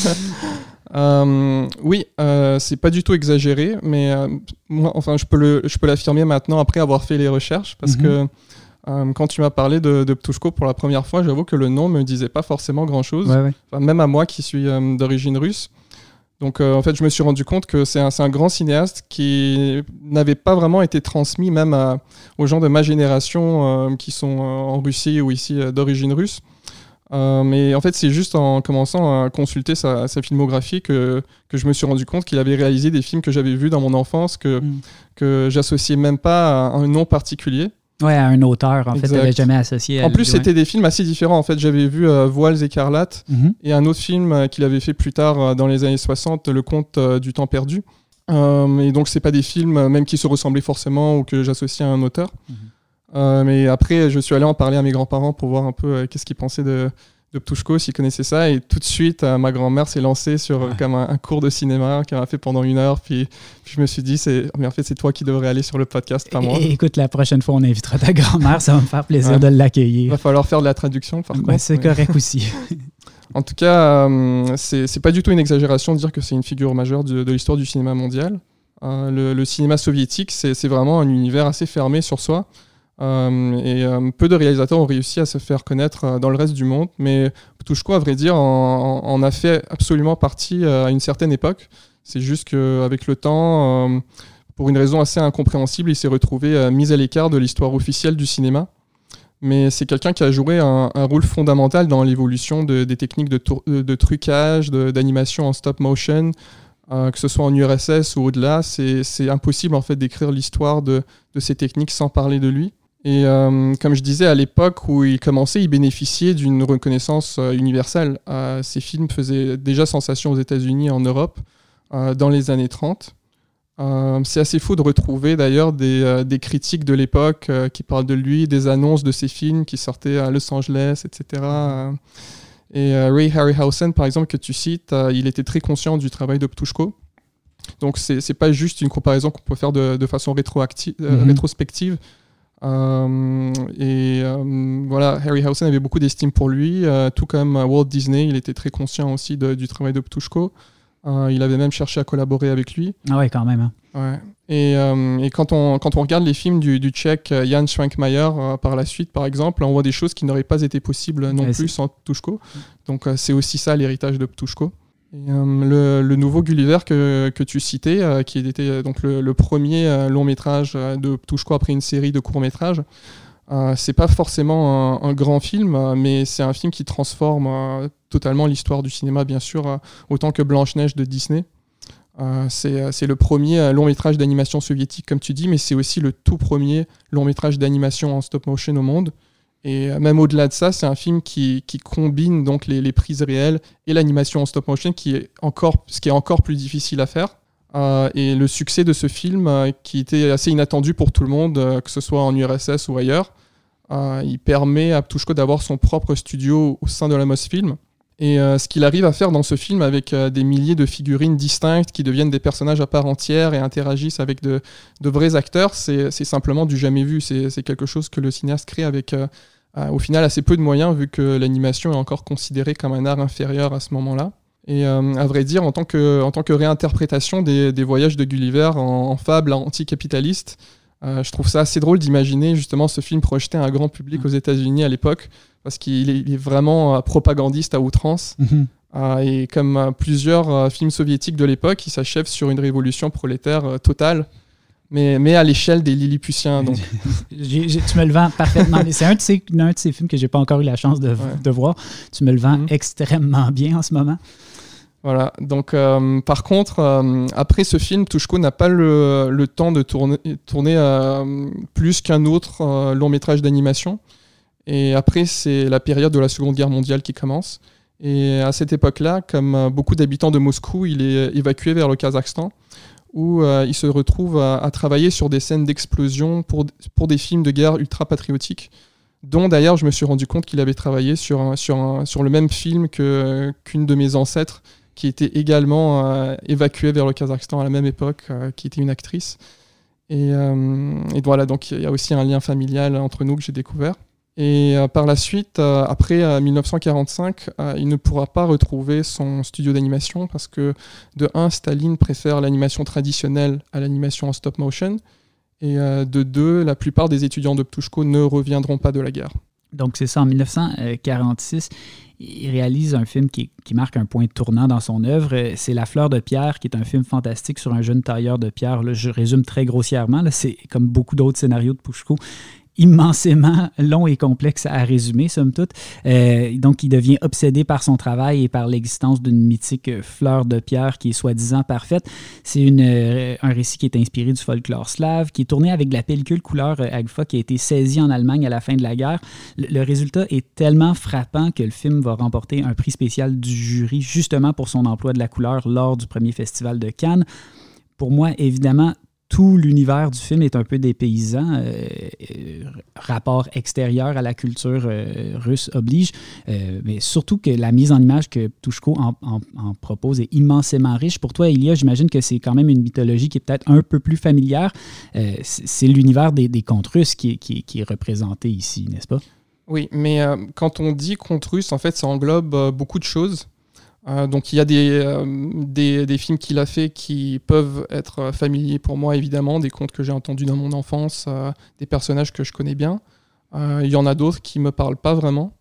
Oui, c'est pas du tout exagéré, mais moi, enfin, je peux l'affirmer maintenant après avoir fait les recherches, parce que quand tu m'as parlé de Ptouchko pour la première fois, j'avoue que le nom me disait pas forcément grand-chose, Enfin, même à moi qui suis d'origine russe. Donc en fait, je me suis rendu compte que c'est un grand cinéaste qui n'avait pas vraiment été transmis même aux gens de ma génération qui sont en Russie ou ici d'origine russe. Mais en fait, c'est juste en commençant à consulter sa filmographie que je me suis rendu compte qu'il avait réalisé des films que j'avais vus dans mon enfance, que j'associais même pas à un nom particulier. Ouais, à un auteur, en fait, tu n'avais jamais associé à En plus, c'était des films assez différents. En fait, j'avais vu Voiles écarlates et un autre film qu'il avait fait plus tard dans les années 60, Le Conte du temps perdu. Et donc, c'est pas des films même qui se ressemblaient forcément ou que j'associais à un auteur. Mais après, je suis allé en parler à mes grands-parents pour voir un peu qu'est-ce qu'ils pensaient de Ptouchko, s'ils connaissaient ça. Et tout de suite, ma grand-mère s'est lancée sur comme un cours de cinéma qu'elle a fait pendant 1 heure. Puis je me suis dit, mais en fait, c'est toi qui devrais aller sur le podcast, pas moi. Écoute, la prochaine fois, on invitera ta grand-mère. Ça va me faire plaisir de l'accueillir. Il va falloir faire de la traduction, par contre. C'est correct aussi. En tout cas, c'est pas du tout une exagération de dire que c'est une figure majeure de l'histoire du cinéma mondial. Le cinéma soviétique, c'est vraiment un univers assez fermé sur soi. Peu de réalisateurs ont réussi à se faire connaître dans le reste du monde, mais Ptouchko, à vrai dire, en a fait absolument partie à une certaine époque. C'est juste qu'avec le temps, pour une raison assez incompréhensible, il s'est retrouvé mis à l'écart de l'histoire officielle du cinéma. Mais c'est quelqu'un qui a joué un rôle fondamental dans l'évolution des techniques de trucage, d'animation en stop motion, que ce soit en URSS ou au-delà. C'est impossible en fait d'écrire l'histoire de ces techniques sans parler de lui. Et comme je disais, à l'époque où il commençait, il bénéficiait d'une reconnaissance universelle. Ses films faisaient déjà sensation aux États-Unis et en Europe dans les années 30. C'est assez fou de retrouver d'ailleurs des critiques de l'époque qui parlent de lui, des annonces de ses films qui sortaient à Los Angeles, etc. Ray Harryhausen, par exemple, que tu cites, il était très conscient du travail de Ptouchko. Donc c'est pas juste une comparaison qu'on peut faire de façon rétrospective. Voilà, Harryhausen avait beaucoup d'estime pour lui, tout comme Walt Disney, il était très conscient aussi du travail de Ptouchko. Il avait même cherché à collaborer avec lui. Ah ouais, quand même. Hein. Ouais. Et quand on regarde les films du Tchèque Jan Švankmajer par la suite, par exemple, on voit des choses qui n'auraient pas été possibles non plus sans Ptouchko. Donc c'est aussi ça l'héritage de Ptouchko. Et, le nouveau Gulliver que tu citais, qui était donc le premier long métrage de Ptouchko après une série de courts métrages, c'est pas forcément un grand film, mais c'est un film qui transforme totalement l'histoire du cinéma, bien sûr, autant que Blanche-Neige de Disney. C'est le premier long métrage d'animation soviétique, comme tu dis, mais c'est aussi le tout premier long métrage d'animation en stop motion au monde. Et même au-delà de ça, c'est un film qui combine donc les prises réelles et l'animation en stop motion, ce qui est encore plus difficile à faire. Et le succès de ce film, qui était assez inattendu pour tout le monde, que ce soit en URSS ou ailleurs, il permet à Ptushko d'avoir son propre studio au sein de la Mosfilm. Et ce qu'il arrive à faire dans ce film avec des milliers de figurines distinctes qui deviennent des personnages à part entière et interagissent avec de vrais acteurs, c'est simplement du jamais vu. C'est quelque chose que le cinéaste crée avec au final assez peu de moyens, vu que l'animation est encore considérée comme un art inférieur à ce moment-là. Et à vrai dire, en tant que réinterprétation des voyages de Gulliver en fable anticapitaliste, je trouve ça assez drôle d'imaginer justement ce film projeté à un grand public aux États-Unis à l'époque, parce qu'il est vraiment propagandiste à outrance. Et comme plusieurs films soviétiques de l'époque, il s'achève sur une révolution prolétaire totale, mais à l'échelle des Lilliputiens. Donc. Tu me le vends parfaitement. C'est un de ces films que j'ai pas encore eu la chance de voir. Tu me le vends extrêmement bien en ce moment. Voilà, donc par contre, après ce film, Ptushko n'a pas le temps de tourner plus qu'un autre long métrage d'animation. Et après, c'est la période de la Seconde Guerre mondiale qui commence. Et à cette époque-là, comme beaucoup d'habitants de Moscou, il est évacué vers le Kazakhstan, où il se retrouve à travailler sur des scènes d'explosion pour des films de guerre ultra-patriotiques, dont d'ailleurs je me suis rendu compte qu'il avait travaillé sur le même film qu'une de mes ancêtres, qui était également évacuée vers le Kazakhstan à la même époque, qui était une actrice. Et voilà, donc il y a aussi un lien familial entre nous que j'ai découvert. Et par la suite, après 1945, il ne pourra pas retrouver son studio d'animation parce que, de un, Staline préfère l'animation traditionnelle à l'animation en stop motion, et de deux, la plupart des étudiants de Ptushko ne reviendront pas de la guerre. Donc c'est ça, en 1946, il réalise un film qui marque un point tournant dans son œuvre. C'est La Fleur de Pierre, qui est un film fantastique sur un jeune tailleur de pierre. Là, je résume très grossièrement, là, c'est comme beaucoup d'autres scénarios de Ptushko, immensément long et complexe à résumer, somme toute. Donc, il devient obsédé par son travail et par l'existence d'une mythique fleur de pierre qui est soi-disant parfaite. C'est un récit qui est inspiré du folklore slave, qui est tourné avec de la pellicule couleur Agfa qui a été saisie en Allemagne à la fin de la guerre. Le résultat est tellement frappant que le film va remporter un prix spécial du jury justement pour son emploi de la couleur lors du premier festival de Cannes. Pour moi, évidemment, tout l'univers du film est un peu dépaysant. Rapport extérieur à la culture russe oblige. Mais surtout que la mise en image que Ptushko en propose est immensément riche. Pour toi, Elia, j'imagine que c'est quand même une mythologie qui est peut-être un peu plus familière. C'est l'univers des contes russes qui est représenté ici, n'est-ce pas? Oui, mais quand on dit contes russes, en fait, ça englobe beaucoup de choses. Donc il y a des films qu'il a fait qui peuvent être familiers pour moi, évidemment, des contes que j'ai entendus dans mon enfance, des personnages que je connais bien. Il y en a d'autres qui ne me parlent pas vraiment.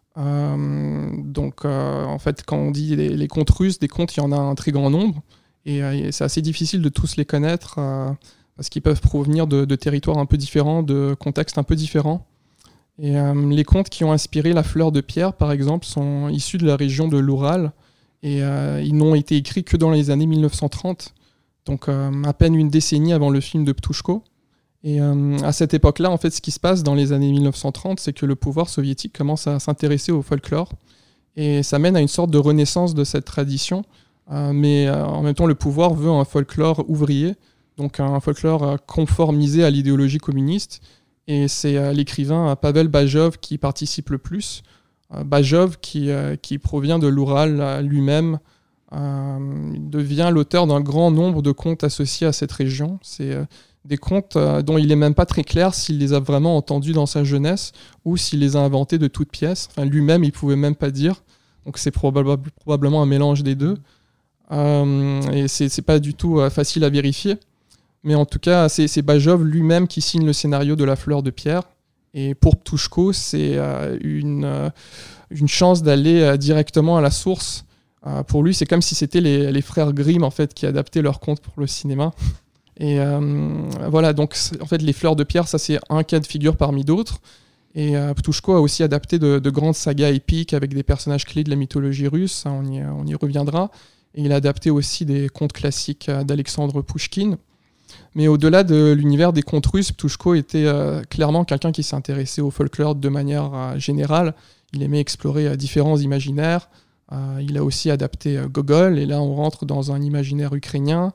Donc en fait, quand on dit les contes russes, des contes, il y en a un très grand nombre. Et c'est assez difficile de tous les connaître parce qu'ils peuvent provenir de territoires un peu différents, de contextes un peu différents. Et les contes qui ont inspiré La Fleur de Pierre, par exemple, sont issus de la région de l'Oural. Et ils n'ont été écrits que dans les années 1930, donc à peine une décennie avant le film de Ptushko. Et à cette époque-là, en fait, ce qui se passe dans les années 1930, c'est que le pouvoir soviétique commence à s'intéresser au folklore. Et ça mène à une sorte de renaissance de cette tradition. Mais en même temps, le pouvoir veut un folklore ouvrier, donc un folklore conformisé à l'idéologie communiste. Et c'est l'écrivain Pavel Bajov qui participe le plus. Bajov, qui provient de l'Oural lui-même, devient l'auteur d'un grand nombre de contes associés à cette région. C'est des contes dont il n'est même pas très clair s'il les a vraiment entendus dans sa jeunesse ou s'il les a inventés de toutes pièces. Enfin, lui-même, il ne pouvait même pas dire. Donc c'est probablement un mélange des deux. Et c'est pas du tout facile à vérifier. Mais en tout cas, c'est Bajov lui-même qui signe le scénario de La Fleur de Pierre. Et pour Ptushko, c'est une chance d'aller directement à la source. Pour lui, c'est comme si c'était les frères Grimm en fait, qui adaptaient leurs contes pour le cinéma. Et voilà, donc en fait, Les Fleurs de Pierre, ça c'est un cas de figure parmi d'autres. Et Ptushko a aussi adapté de grandes sagas épiques avec des personnages clés de la mythologie russe, on y reviendra. Et il a adapté aussi des contes classiques d'Alexandre Pouchkine. Mais au-delà de l'univers des contes russes, Ptushko était clairement quelqu'un qui s'intéressait au folklore de manière générale. Il aimait explorer différents imaginaires. Il a aussi adapté Gogol, et là on rentre dans un imaginaire ukrainien.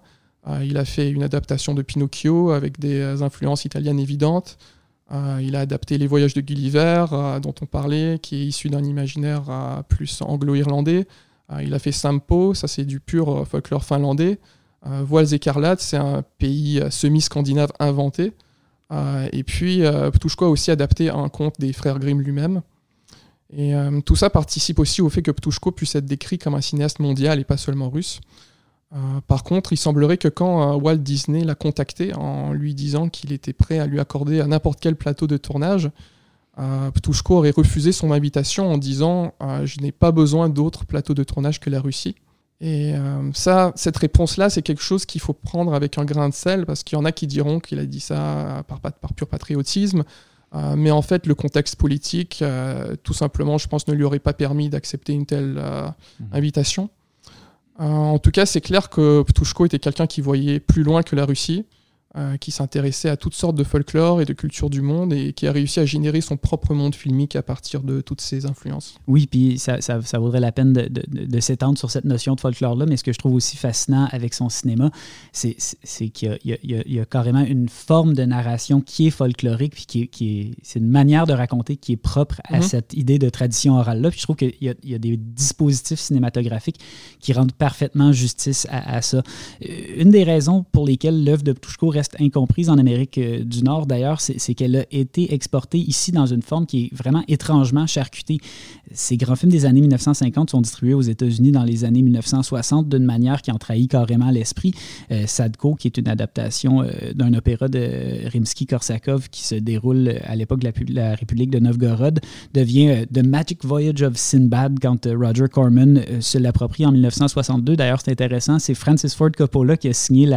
Il a fait une adaptation de Pinocchio avec des influences italiennes évidentes. Il a adapté Les Voyages de Gulliver, dont on parlait, qui est issu d'un imaginaire plus anglo-irlandais. Il a fait Sampo, ça c'est du pur folklore finlandais. Voiles écarlates, c'est un pays semi-scandinave inventé. Et puis Ptuško a aussi adapté un conte des frères Grimm lui-même. Et tout ça participe aussi au fait que Ptuško puisse être décrit comme un cinéaste mondial et pas seulement russe. Par contre, il semblerait que quand Walt Disney l'a contacté en lui disant qu'il était prêt à lui accorder à n'importe quel plateau de tournage, Ptuško aurait refusé son invitation en disant « Je n'ai pas besoin d'autres plateaux de tournage que la Russie ». Et cette réponse-là, c'est quelque chose qu'il faut prendre avec un grain de sel, parce qu'il y en a qui diront qu'il a dit ça par pur patriotisme, mais en fait, le contexte politique, tout simplement, je pense, ne lui aurait pas permis d'accepter une telle invitation. En tout cas, c'est clair que Ptuško était quelqu'un qui voyait plus loin que la Russie, qui s'intéressait à toutes sortes de folklore et de culture du monde et qui a réussi à générer son propre monde filmique à partir de toutes ces influences. Oui, puis ça vaudrait la peine de s'étendre sur cette notion de folklore-là, mais ce que je trouve aussi fascinant avec son cinéma, c'est qu'il y a carrément une forme de narration qui est folklorique, puis c'est une manière de raconter qui est propre à cette idée de tradition orale-là. Puis je trouve qu'il y a des dispositifs cinématographiques qui rendent parfaitement justice à ça. Une des raisons pour lesquelles l'œuvre de Ptuško reste incomprise en Amérique du Nord, d'ailleurs, c'est qu'elle a été exportée ici dans une forme qui est vraiment étrangement charcutée. Ces grands films des années 1950 sont distribués aux États-Unis dans les années 1960 d'une manière qui en trahit carrément l'esprit. Sadko, qui est une adaptation d'un opéra de Rimsky-Korsakov qui se déroule à l'époque de la République de Novgorod, devient The Magic Voyage of Sinbad quand Roger Corman se l'approprie en 1962. D'ailleurs, c'est intéressant, c'est Francis Ford Coppola qui a signé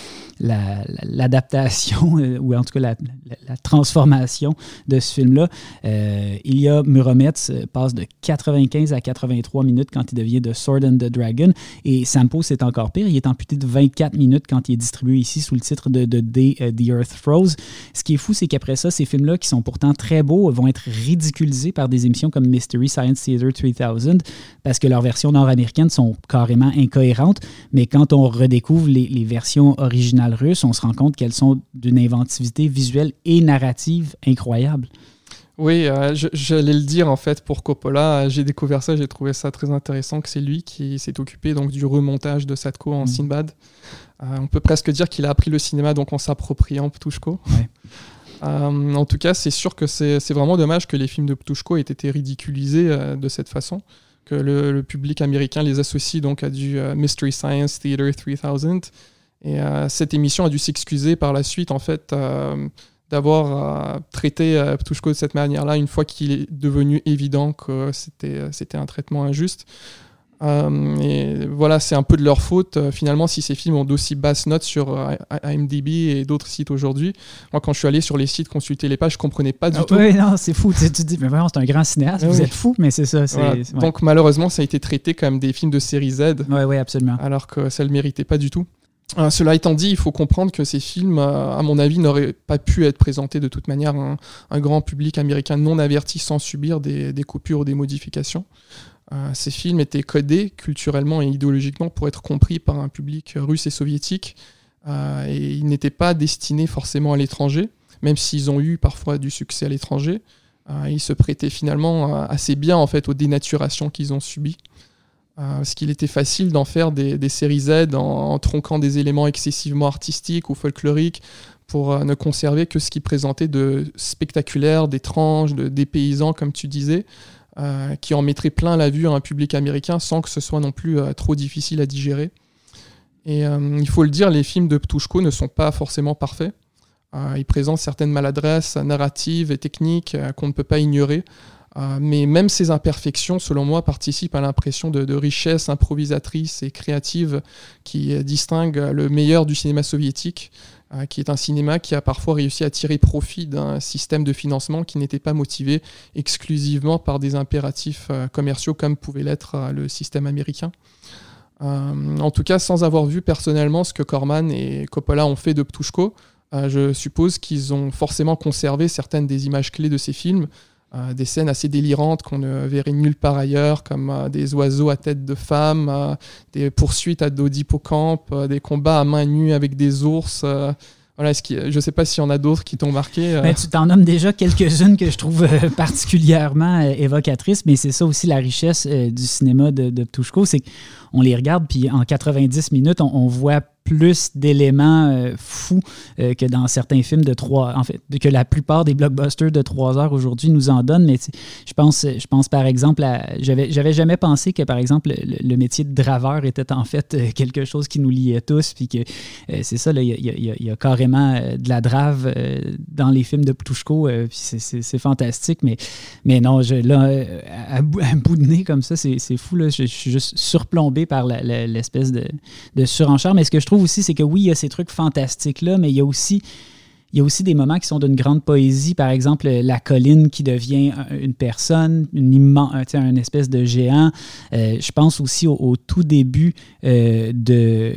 l'adaptation, ou en tout cas la transformation de ce film-là. Ilya Muromets passe de 95 à 83 minutes quand il devient The Sword and the Dragon, et Sampo, c'est encore pire, il est amputé de 24 minutes quand il est distribué ici sous le titre de Day the Earth Froze. Ce qui est fou, c'est qu'après ça, ces films-là, qui sont pourtant très beaux, vont être ridiculisés par des émissions comme Mystery Science Theater 3000, parce que leurs versions nord-américaines sont carrément incohérentes, mais quand on redécouvre les versions originales russes, on se rend compte qu'elles sont d'une inventivité visuelle et narrative incroyable. Oui, j'allais le dire en fait pour Coppola. J'ai découvert ça, j'ai trouvé ça très intéressant que c'est lui qui s'est occupé donc du remontage de Sadko en Sinbad. On peut presque dire qu'il a appris le cinéma donc en s'appropriant Ptuško. Ouais. En tout cas, c'est sûr que c'est vraiment dommage que les films de Ptuško aient été ridiculisés de cette façon, que le public américain les associe donc à du Mystery Science Theater 3000. Et cette émission a dû s'excuser par la suite, en fait, d'avoir traité Ptuško de cette manière-là, une fois qu'il est devenu évident que c'était un traitement injuste. Et voilà, c'est un peu de leur faute. Finalement, si ces films ont d'aussi basses notes sur IMDb et d'autres sites aujourd'hui, moi, quand je suis allé sur les sites consulter les pages, je ne comprenais pas du tout. Oui, non, c'est fou. Tu te dis, mais vraiment, c'est un grand cinéaste, vous êtes fou, mais c'est ça. Voilà. Ouais. Donc, malheureusement, ça a été traité comme des films de série Z. Oui, absolument. Alors que ça ne le méritait pas du tout. Cela étant dit, il faut comprendre que ces films, à mon avis, n'auraient pas pu être présentés de toute manière à un grand public américain non averti sans subir des coupures ou des modifications. Ces films étaient codés culturellement et idéologiquement pour être compris par un public russe et soviétique, et ils n'étaient pas destinés forcément à l'étranger, même s'ils ont eu parfois du succès à l'étranger. Ils se prêtaient finalement assez bien en fait, aux dénaturations qu'ils ont subies. Parce qu'il était facile d'en faire des séries Z en tronquant des éléments excessivement artistiques ou folkloriques pour ne conserver que ce qui présentait de spectaculaire, d'étrange, de dépaysant, comme tu disais, qui en mettrait plein la vue à un public américain sans que ce soit non plus trop difficile à digérer. Et il faut le dire, les films de Ptuško ne sont pas forcément parfaits. Ils présentent certaines maladresses narratives et techniques qu'on ne peut pas ignorer. Mais même ces imperfections, selon moi, participent à l'impression de richesse improvisatrice et créative qui distingue le meilleur du cinéma soviétique, qui est un cinéma qui a parfois réussi à tirer profit d'un système de financement qui n'était pas motivé exclusivement par des impératifs commerciaux comme pouvait l'être le système américain. En tout cas, sans avoir vu personnellement ce que Corman et Coppola ont fait de Ptuško, je suppose qu'ils ont forcément conservé certaines des images clés de ces films, des scènes assez délirantes qu'on ne verrait nulle part ailleurs, comme des oiseaux à tête de femme, des poursuites à dos d'hippocampe, des combats à main nue avec des ours. Voilà, je ne sais pas s'il y en a d'autres qui t'ont marqué. Ben, tu t'en nommes déjà quelques-unes que je trouve particulièrement évocatrices, mais c'est ça aussi la richesse du cinéma de Ptuchko, c'est qu'on les regarde, puis en 90 minutes, on voit plus d'éléments fous que dans certains films de 3... En fait, que la plupart des blockbusters de 3 heures aujourd'hui nous en donnent. Mais je pense par exemple à... J'avais jamais pensé que, par exemple, le métier de draveur était en fait quelque chose qui nous liait tous. Puis que c'est ça, il y a carrément de la drave dans les films de Ptuchko. Puis c'est fantastique. Mais non, à bout de nez comme ça, c'est fou. Là. Je suis juste surplombé par l'espèce de surenchère. Mais ce que je trouve aussi, c'est que oui, il y a ces trucs fantastiques-là, mais il y a aussi des moments qui sont d'une grande poésie. Par exemple, la colline qui devient une personne, un espèce de géant. Je pense aussi au tout début de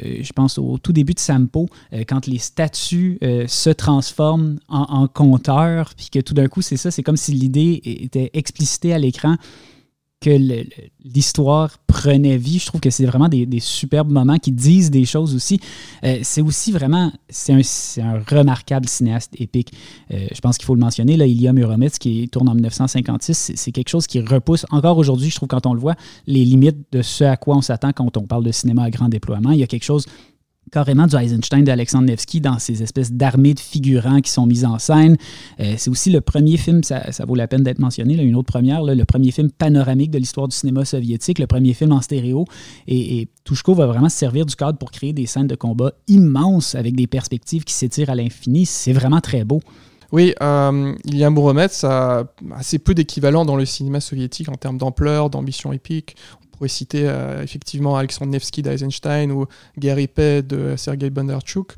Sampo, quand les statues se transforment en conteurs, puis que tout d'un coup, c'est comme si l'idée était explicitée à l'écran, que l'histoire prenait vie. Je trouve que c'est vraiment des superbes moments qui disent des choses aussi. C'est aussi vraiment... C'est un remarquable cinéaste épique. Je pense qu'il faut le mentionner. Là, Ilya Muromets, qui tourne en 1956, c'est quelque chose qui repousse, encore aujourd'hui, je trouve, quand on le voit, les limites de ce à quoi on s'attend quand on parle de cinéma à grand déploiement. Il y a quelque chose carrément du Eisenstein d'Alexandre Nevsky dans ces espèces d'armées de figurants qui sont mises en scène. C'est aussi le premier film, ça vaut la peine d'être mentionné, là, une autre première, là, le premier film panoramique de l'histoire du cinéma soviétique, le premier film en stéréo. Et Ptuchko va vraiment se servir du cadre pour créer des scènes de combat immenses avec des perspectives qui s'étirent à l'infini. C'est vraiment très beau. Oui, Ilya Muromets a assez peu d'équivalent dans le cinéma soviétique en termes d'ampleur, d'ambition épique. On pourrait citer effectivement Alexandre Nevsky d'Eisenstein ou Gary Pay de Sergei Bondarchuk.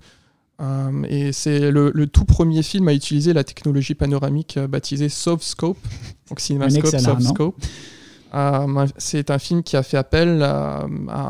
Et c'est le tout premier film à utiliser la technologie panoramique baptisée Sovscope, donc CinemaScope, Sovscope. C'est un film qui a fait appel à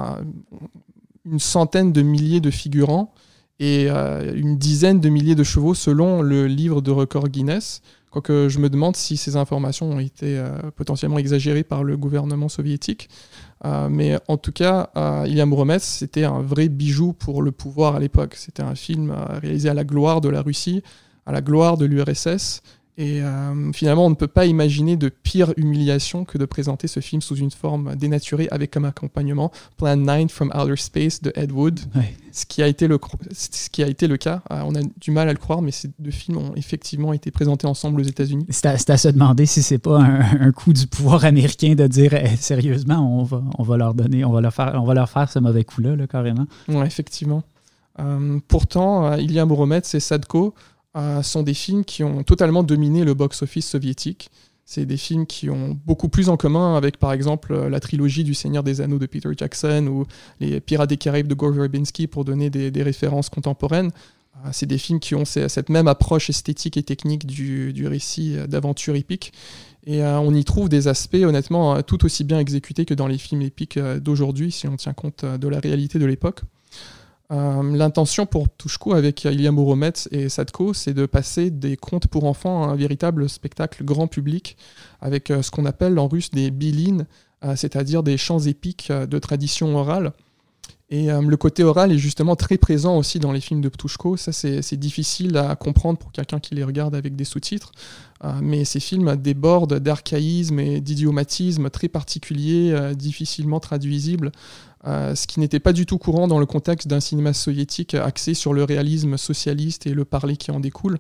une centaine de milliers de figurants et une dizaine de milliers de chevaux selon le livre de record Guinness. Quoique je me demande si ces informations ont été potentiellement exagérées par le gouvernement soviétique. Mais en tout cas, Ilya Muromets, c'était un vrai bijou pour le pouvoir à l'époque. C'était un film réalisé à la gloire de la Russie, à la gloire de l'URSS. Et finalement, on ne peut pas imaginer de pire humiliation que de présenter ce film sous une forme dénaturée avec comme accompagnement Plan 9 from Outer Space de Ed Wood, ouais. ce qui a été le cas. On a du mal à le croire, mais ces deux films ont effectivement été présentés ensemble aux États-Unis. C'est à se demander si c'est pas un coup du pouvoir américain de dire sérieusement, on va leur faire ce mauvais coup-là, là, carrément. Ouais, effectivement. Pourtant, Ilya Muromets et Sadko sont des films qui ont totalement dominé le box-office soviétique. C'est des films qui ont beaucoup plus en commun avec, par exemple, la trilogie du Seigneur des Anneaux de Peter Jackson ou les Pirates des Caraïbes de Gore Verbinski, pour donner des références contemporaines. C'est des films qui ont cette même approche esthétique et technique du récit d'aventure épique. Et on y trouve des aspects, honnêtement, tout aussi bien exécutés que dans les films épiques d'aujourd'hui, si on tient compte de la réalité de l'époque. L'intention pour Ptuchko avec Ilya Muromets et Sadko, c'est de passer des contes pour enfants à un véritable spectacle grand public avec ce qu'on appelle en russe des bilines, c'est-à-dire des chants épiques de tradition orale. Et le côté oral est justement très présent aussi dans les films de Ptuchko. Ça, c'est difficile à comprendre pour quelqu'un qui les regarde avec des sous-titres. Mais ces films débordent d'archaïsmes et d'idiomatismes très particuliers, difficilement traduisibles, ce qui n'était pas du tout courant dans le contexte d'un cinéma soviétique axé sur le réalisme socialiste et le parler qui en découle.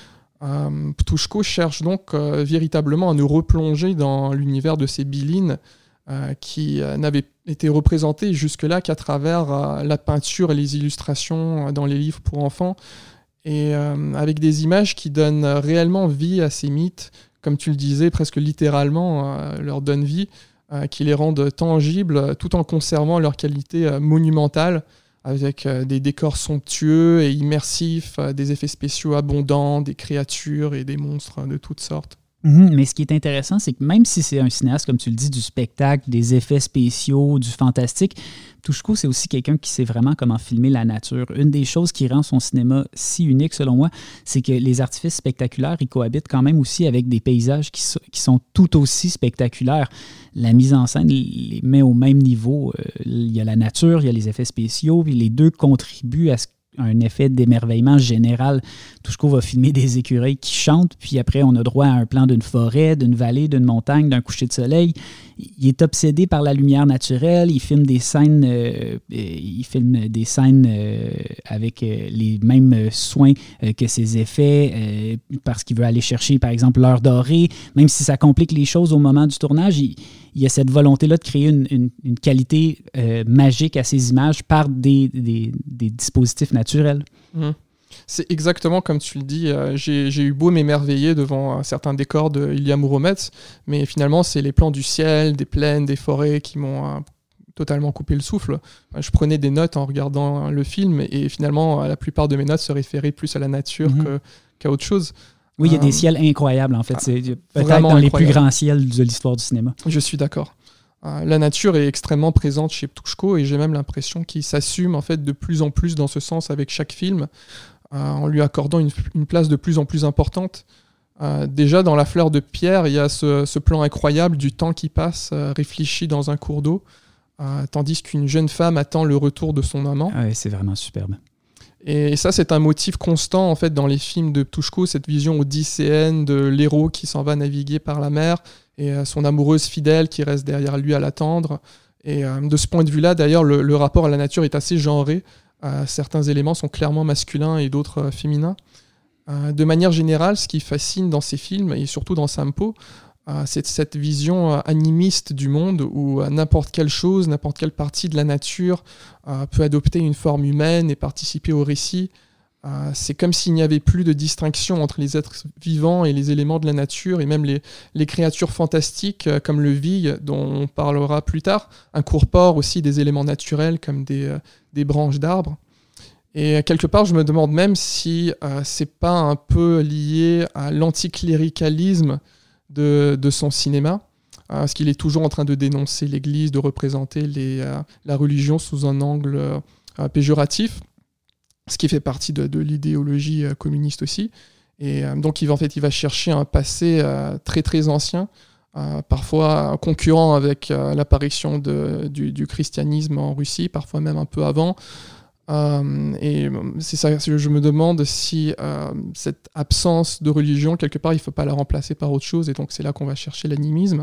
Ptuchko cherche donc véritablement à nous replonger dans l'univers de ces bilines qui n'avaient été représentés jusque-là qu'à travers la peinture et les illustrations dans les livres pour enfants, et avec des images qui donnent réellement vie à ces mythes, comme tu le disais, presque littéralement leur donnent vie, qui les rendent tangibles tout en conservant leur qualité monumentale, avec des décors somptueux et immersifs, des effets spéciaux abondants, des créatures et des monstres de toutes sortes. Mais ce qui est intéressant, c'est que même si c'est un cinéaste, comme tu le dis, du spectacle, des effets spéciaux, du fantastique, Ptushko, c'est aussi quelqu'un qui sait vraiment comment filmer la nature. Une des choses qui rend son cinéma si unique, selon moi, c'est que les artifices spectaculaires, ils cohabitent quand même aussi avec des paysages qui sont tout aussi spectaculaires. La mise en scène les met au même niveau. Il y a la nature, il y a les effets spéciaux, puis les deux contribuent à un effet d'émerveillement général. Ptushko va filmer des écureuils qui chantent, puis après, on a droit à un plan d'une forêt, d'une vallée, d'une montagne, d'un coucher de soleil. Il est obsédé par la lumière naturelle. Il filme des scènes, avec les mêmes soins que ses effets, parce qu'il veut aller chercher, par exemple, l'heure dorée. Même si ça complique les choses au moment du tournage, il y a cette volonté-là de créer une qualité magique à ces images par des dispositifs naturels. Mmh. C'est exactement comme tu le dis. J'ai eu beau m'émerveiller devant certains décors de Ilya Muromets, mais finalement, c'est les plans du ciel, des plaines, des forêts qui m'ont totalement coupé le souffle. Je prenais des notes en regardant le film, et finalement, la plupart de mes notes se référaient plus à la nature qu'à autre chose. Oui, il y a des ciels incroyables, en fait. C'est peut-être dans les plus grands ciels de l'histoire du cinéma. Je suis d'accord. La nature est extrêmement présente chez Ptushko, et j'ai même l'impression qu'il s'assume en fait de plus en plus dans ce sens avec chaque film, en lui accordant une place de plus en plus importante. Déjà, dans La Fleur de Pierre, il y a ce plan incroyable du temps qui passe, réfléchi dans un cours d'eau, tandis qu'une jeune femme attend le retour de son amant. Ah ouais, c'est vraiment superbe. Et ça, c'est un motif constant en fait dans les films de Ptushko, cette vision odysséenne de l'héros qui s'en va naviguer par la mer et son amoureuse fidèle qui reste derrière lui à l'attendre. Et de ce point de vue-là, d'ailleurs, le rapport à la nature est assez genré. Certains éléments sont clairement masculins et d'autres féminins. De manière générale, ce qui fascine dans ces films, et surtout dans Sampo, c'est cette vision animiste du monde où n'importe quelle chose, n'importe quelle partie de la nature peut adopter une forme humaine et participer au récit. C'est comme s'il n'y avait plus de distinction entre les êtres vivants et les éléments de la nature, et même les créatures fantastiques comme le vigue, dont on parlera plus tard, incorporent aussi des éléments naturels comme des branches d'arbres. Et quelque part, je me demande même si c'est pas un peu lié à l'anticléricalisme de son cinéma, parce qu'il est toujours en train de dénoncer l'Église, de représenter la religion sous un angle péjoratif, ce qui fait partie de l'idéologie communiste aussi. Et donc, il va chercher un passé très très ancien, parfois concurrent avec l'apparition du christianisme en Russie, parfois même un peu avant. Et c'est ça, je me demande si cette absence de religion, quelque part, il ne faut pas la remplacer par autre chose, et donc c'est là qu'on va chercher l'animisme.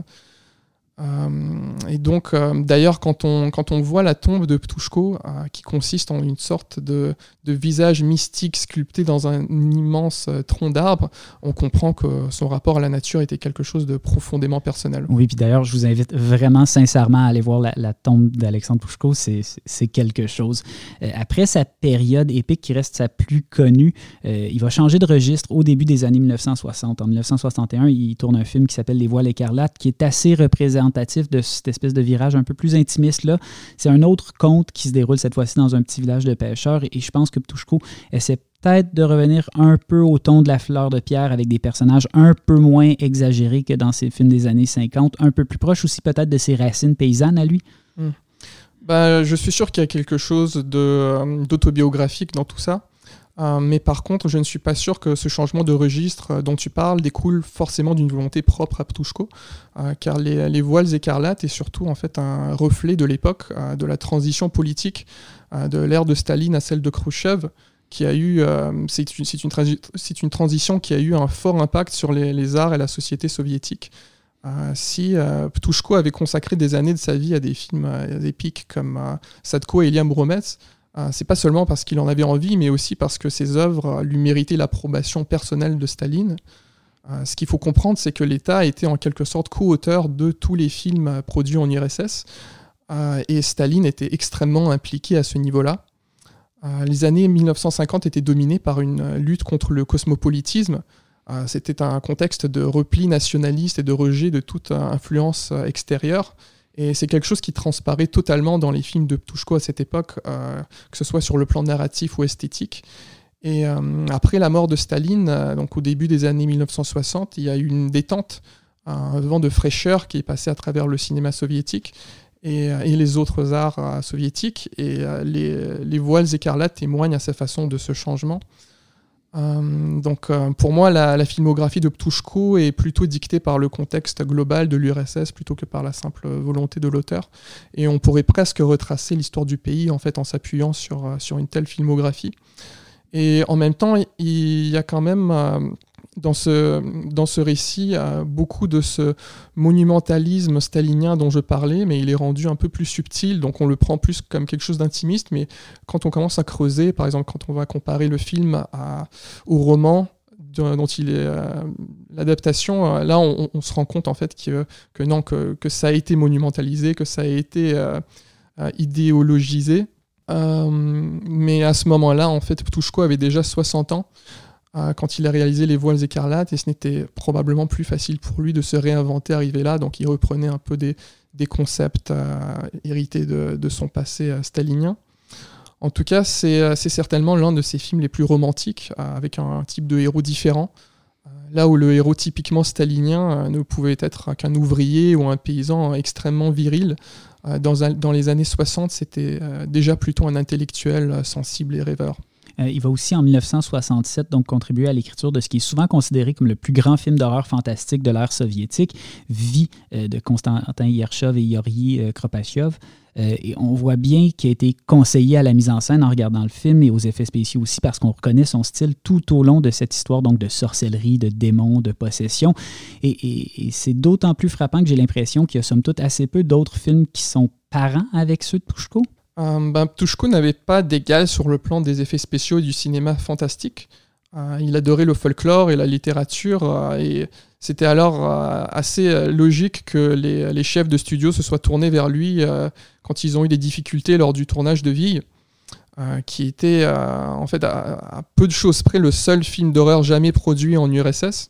Et donc, d'ailleurs, quand on voit la tombe de Ptushko, qui consiste en une sorte de visage mystique sculpté dans un immense tronc d'arbre, on comprend que son rapport à la nature était quelque chose de profondément personnel. Oui, puis d'ailleurs, je vous invite vraiment sincèrement à aller voir la tombe d'Alexandre Ptushko, c'est quelque chose. Après sa période épique qui reste sa plus connue, il va changer de registre au début des années 1960. En 1961, il tourne un film qui s'appelle Les Voiles écarlates, qui est assez représentatif de cette espèce de virage un peu plus intimiste là. C'est un autre conte qui se déroule cette fois-ci dans un petit village de pêcheurs, et je pense que Ptushko essaie peut-être de revenir un peu au ton de La Fleur de Pierre avec des personnages un peu moins exagérés que dans ses films des années 50, un peu plus proche aussi peut-être de ses racines paysannes à lui. Je suis sûr qu'il y a quelque chose d'autobiographique dans tout ça. Mais par contre, je ne suis pas sûr que ce changement de registre dont tu parles découle forcément d'une volonté propre à Ptushko, car les Voiles écarlates est surtout en fait un reflet de l'époque, de la transition politique de l'ère de Staline à celle de Khrouchtchev, qui a eu, c'est une transition qui a eu un fort impact sur les arts et la société soviétique. Si Ptushko avait consacré des années de sa vie à des films épiques comme Sadko et Ilya Muromets, c'est pas seulement parce qu'il en avait envie, mais aussi parce que ses œuvres lui méritaient l'approbation personnelle de Staline. Ce qu'il faut comprendre, c'est que l'État était en quelque sorte co-auteur de tous les films produits en URSS, et Staline était extrêmement impliqué à ce niveau-là. Les années 1950 étaient dominées par une lutte contre le cosmopolitisme. C'était un contexte de repli nationaliste et de rejet de toute influence extérieure. Et c'est quelque chose qui transparaît totalement dans les films de Ptushko à cette époque, que ce soit sur le plan narratif ou esthétique. Et après la mort de Staline, donc au début des années 1960, il y a eu une détente, un vent de fraîcheur qui est passé à travers le cinéma soviétique et les autres arts soviétiques. Et les voiles écarlates témoignent à sa façon de ce changement. Donc pour moi, la filmographie de Ptuchko est plutôt dictée par le contexte global de l'URSS plutôt que par la simple volonté de l'auteur. Et on pourrait presque retracer l'histoire du pays en fait en s'appuyant sur une telle filmographie. Et en même temps, il y a quand même dans ce récit beaucoup de ce monumentalisme stalinien dont je parlais, mais il est rendu un peu plus subtil, donc on le prend plus comme quelque chose d'intimiste, mais quand on commence à creuser, par exemple quand on va comparer le film au roman dont il est l'adaptation, là on se rend compte en fait que ça a été monumentalisé, que ça a été idéologisé. Mais à ce moment-là, en fait, Ptuchko avait déjà 60 ans quand il a réalisé Les Voiles écarlates, et ce n'était probablement plus facile pour lui de se réinventer arrivé là, donc il reprenait un peu des concepts hérités de son passé stalinien. En tout cas, c'est certainement l'un de ses films les plus romantiques, avec un type de héros différent, là où le héros typiquement stalinien ne pouvait être qu'un ouvrier ou un paysan extrêmement viril. Dans les années 60, c'était déjà plutôt un intellectuel sensible et rêveur. Il va aussi en 1967 donc contribuer à l'écriture de ce qui est souvent considéré comme le plus grand film d'horreur fantastique de l'ère soviétique, Vie de Konstantin Yershov et Yuri Kropatchev. Et on voit bien qu'il a été conseillé à la mise en scène en regardant le film et aux effets spéciaux aussi, parce qu'on reconnaît son style tout au long de cette histoire donc de sorcellerie, de démons, de possession. Et c'est d'autant plus frappant que j'ai l'impression qu'il y a somme toute assez peu d'autres films qui sont parents avec ceux de Ptuchko. Ptuchko n'avait pas d'égal sur le plan des effets spéciaux et du cinéma fantastique. Il adorait le folklore et la littérature, et c'était alors assez logique que les chefs de studio se soient tournés vers lui quand ils ont eu des difficultés lors du tournage de Vie, qui était en fait à peu de choses près le seul film d'horreur jamais produit en URSS.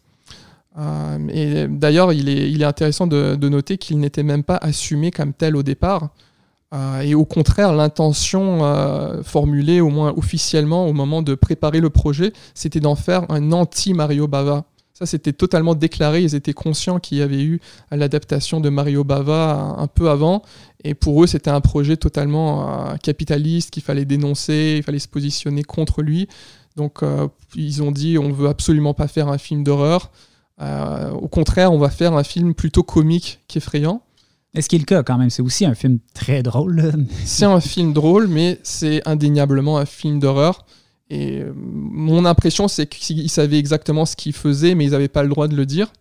Et d'ailleurs, il est intéressant de noter qu'il n'était même pas assumé comme tel au départ. Et au contraire, l'intention formulée, au moins officiellement, au moment de préparer le projet, c'était d'en faire un anti-Mario Bava. Ça, c'était totalement déclaré. Ils étaient conscients qu'il y avait eu l'adaptation de Mario Bava un peu avant. Et pour eux, c'était un projet totalement capitaliste qu'il fallait dénoncer, il fallait se positionner contre lui. Donc, ils ont dit, on ne veut absolument pas faire un film d'horreur. Au contraire, on va faire un film plutôt comique qu'effrayant. Et ce qui est le cas quand même, c'est aussi un film très drôle. Là. C'est un film drôle, mais c'est indéniablement un film d'horreur. Et mon impression, c'est qu'ils savaient exactement ce qu'ils faisaient, mais ils n'avaient pas le droit de le dire.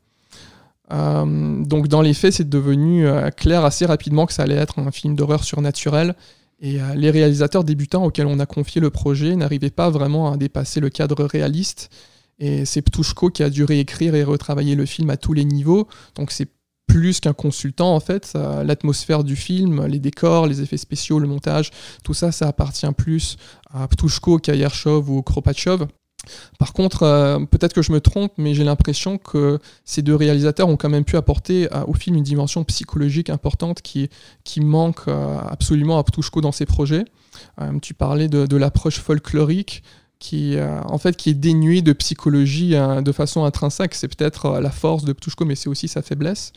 Donc dans les faits, c'est devenu clair assez rapidement que ça allait être un film d'horreur surnaturel. Et les réalisateurs débutants auxquels on a confié le projet n'arrivaient pas vraiment à dépasser le cadre réaliste. Et c'est Ptuchko qui a dû réécrire et retravailler le film à tous les niveaux. Donc c'est plus qu'un consultant en fait, l'atmosphère du film, les décors, les effets spéciaux, le montage, tout ça, ça appartient plus à Ptuchko qu'à Yershov ou Kropatchev. Par contre, peut-être que je me trompe, mais j'ai l'impression que ces deux réalisateurs ont quand même pu apporter au film une dimension psychologique importante qui manque absolument à Ptuchko dans ses projets. Tu parlais de l'approche folklorique, qui est dénué de psychologie de façon intrinsèque. C'est peut-être la force de Ptuchko, mais c'est aussi sa faiblesse.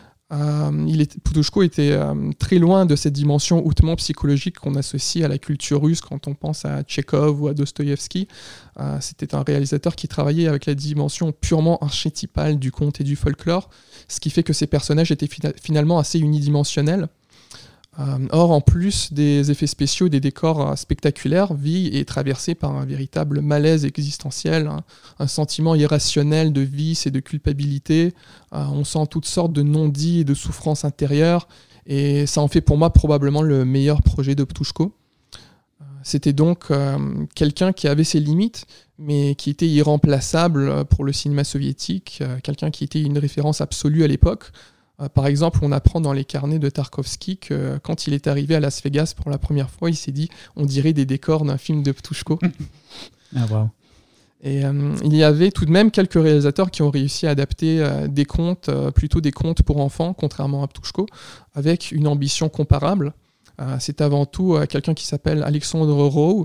Ptuchko était très loin de cette dimension hautement psychologique qu'on associe à la culture russe quand on pense à Tchekhov ou à Dostoïevski. C'était un réalisateur qui travaillait avec la dimension purement archétypale du conte et du folklore, ce qui fait que ces personnages étaient finalement assez unidimensionnels. Or, en plus des effets spéciaux et des décors spectaculaires, Vie est traversée par un véritable malaise existentiel, un sentiment irrationnel de vice et de culpabilité. On sent toutes sortes de non-dits et de souffrances intérieures, et ça en fait pour moi probablement le meilleur projet de Ptuchko. C'était donc quelqu'un qui avait ses limites, mais qui était irremplaçable pour le cinéma soviétique, quelqu'un qui était une référence absolue à l'époque. Par exemple, on apprend dans les carnets de Tarkovsky que quand il est arrivé à Las Vegas pour la première fois, il s'est dit « on dirait des décors d'un film de Ptuchko ». Ah, wow. Et il y avait tout de même quelques réalisateurs qui ont réussi à adapter des contes, plutôt des contes pour enfants, contrairement à Ptuchko, avec une ambition comparable. C'est avant tout quelqu'un qui s'appelle Alexandre Rowe,